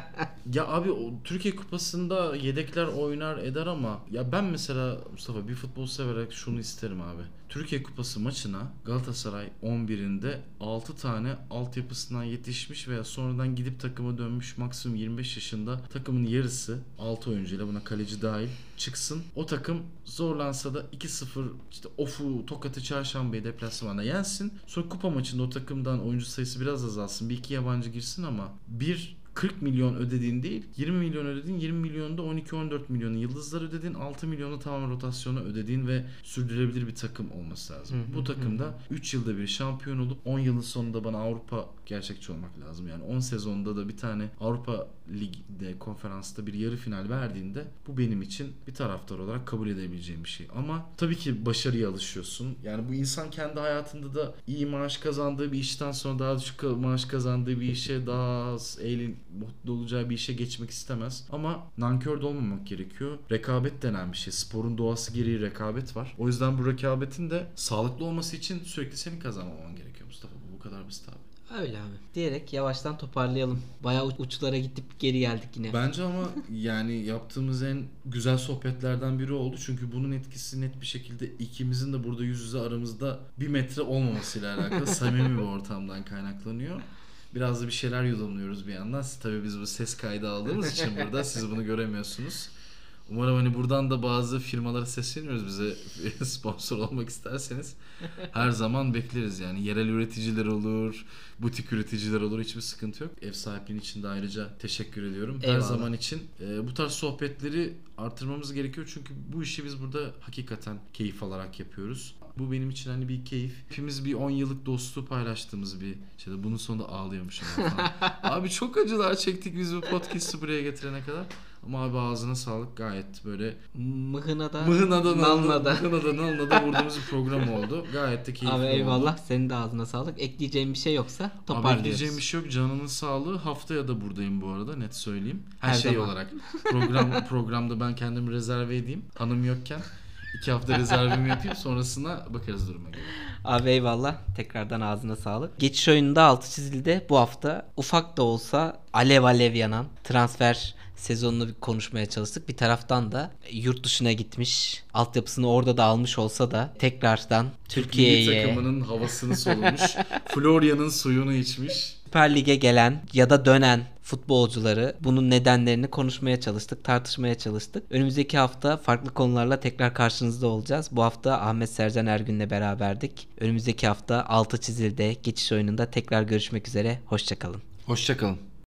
ya abi o Türkiye Kupası'nda yedekler oynar eder ama ya ben mesela Mustafa bir futbol severek şunu isterim abi. Türkiye Kupası maçına Galatasaray on birinde altı tane altyapısından yetişmiş veya sonradan gidip takıma dönmüş maksimum yirmi beş yaşında takımın yarısı altı oyuncuyla buna kaleci dahil çıksın. O takım zorlansa da iki sıfır işte Of'u, Tokat'ı, Çarşamba'yı deplasmanda yensin. Sonra kupa maçında o takımdan oyuncu sayısı biraz azalsın. Bir iki yabancı girsin ama bir kırk milyon ödediğin değil yirmi milyon ödediğin, yirmi milyonda on iki on dört milyonu yıldızlar ödediğin, altı milyonu tamamen rotasyona ödediğin ve sürdürülebilir bir takım olması lazım. Hı hı, Bu hı takımda üç yılda bir şampiyon olup on yılın sonunda bana Avrupa gerçekçi olmak lazım. Yani on sezonda da bir tane Avrupa Ligi'de konferansta bir yarı final verdiğinde bu benim için bir taraftar olarak kabul edebileceğim bir şey. Ama tabii ki başarıya alışıyorsun. Yani bu insan kendi hayatında da iyi maaş kazandığı bir işten sonra daha düşük maaş kazandığı bir işe, daha az eğlen mutlu olacağı bir işe geçmek istemez. Ama nankör de olmamak gerekiyor. Rekabet denen bir şey. Sporun doğası gereği rekabet var. O yüzden bu rekabetin de sağlıklı olması için sürekli senin kazanmaman gerekiyor Mustafa. Bu bu kadar basit abi. Öyle abi. Diyerek yavaştan toparlayalım. Bayağı uç- uçlara gittik geri geldik yine. Bence ama yani yaptığımız en güzel sohbetlerden biri oldu. Çünkü bunun etkisi net bir şekilde ikimizin de burada yüz yüze aramızda bir metre olmamasıyla alakalı samimi bir ortamdan kaynaklanıyor. Biraz da bir şeyler yudumluyoruz bir yandan. Tabii biz bu ses kaydı aldığımız için burada siz bunu göremiyorsunuz. Umarım hani buradan da bazı firmalara sesleniyoruz, bize sponsor olmak isterseniz. Her zaman bekleriz yani. Yerel üreticiler olur, butik üreticiler olur, hiçbir sıkıntı yok. Ev sahipliğin için de ayrıca teşekkür ediyorum. Her Eyvallah. zaman için e, bu tarz sohbetleri artırmamız gerekiyor. Çünkü bu işi biz burada hakikaten keyif alarak yapıyoruz. Bu benim için hani bir keyif. Hepimiz bir on yıllık dostluğu paylaştığımız bir şeyde. Bunun sonunda ağlıyormuşum falan. Abi çok acılar çektik biz bu podcast'ı buraya getirene kadar. Ama abi ağzına sağlık, gayet böyle Mıhına da mıhına da nalına da. mıhına da nalına da vurduğumuz bir program oldu. Gayet de keyifli Abi oldu. eyvallah. Senin de ağzına sağlık. Ekleyeceğim bir şey yoksa Abi toparlıyoruz. ekleyeceğim bir şey yok. Canının sağlığı. Haftaya da buradayım bu arada, net söyleyeyim. Her, Her şey zaman. olarak. Program programda ben kendimi rezerve edeyim. Hanım yokken iki hafta rezervimi yapayım, sonrasına bakarız duruma göre. Abi eyvallah. Tekrardan ağzına sağlık. Geçiş oyununda altı çizildi. Bu hafta ufak da olsa alev alev yanan transfer sezonunu bir konuşmaya çalıştık. Bir taraftan da yurt dışına gitmiş, altyapısını orada da almış olsa da tekrardan Milli Türkiye'ye, takımının havasını solumuş. Florya'nın suyunu içmiş. Süper Lig'e gelen ya da dönen futbolcuları, bunun nedenlerini konuşmaya çalıştık, tartışmaya çalıştık. Önümüzdeki hafta farklı konularla tekrar karşınızda olacağız. Bu hafta Ahmet Sercan Ergün'le beraberdik. Önümüzdeki hafta altı çizildi geçiş oyununda tekrar görüşmek üzere. Hoşçakalın. Hoşçakalın.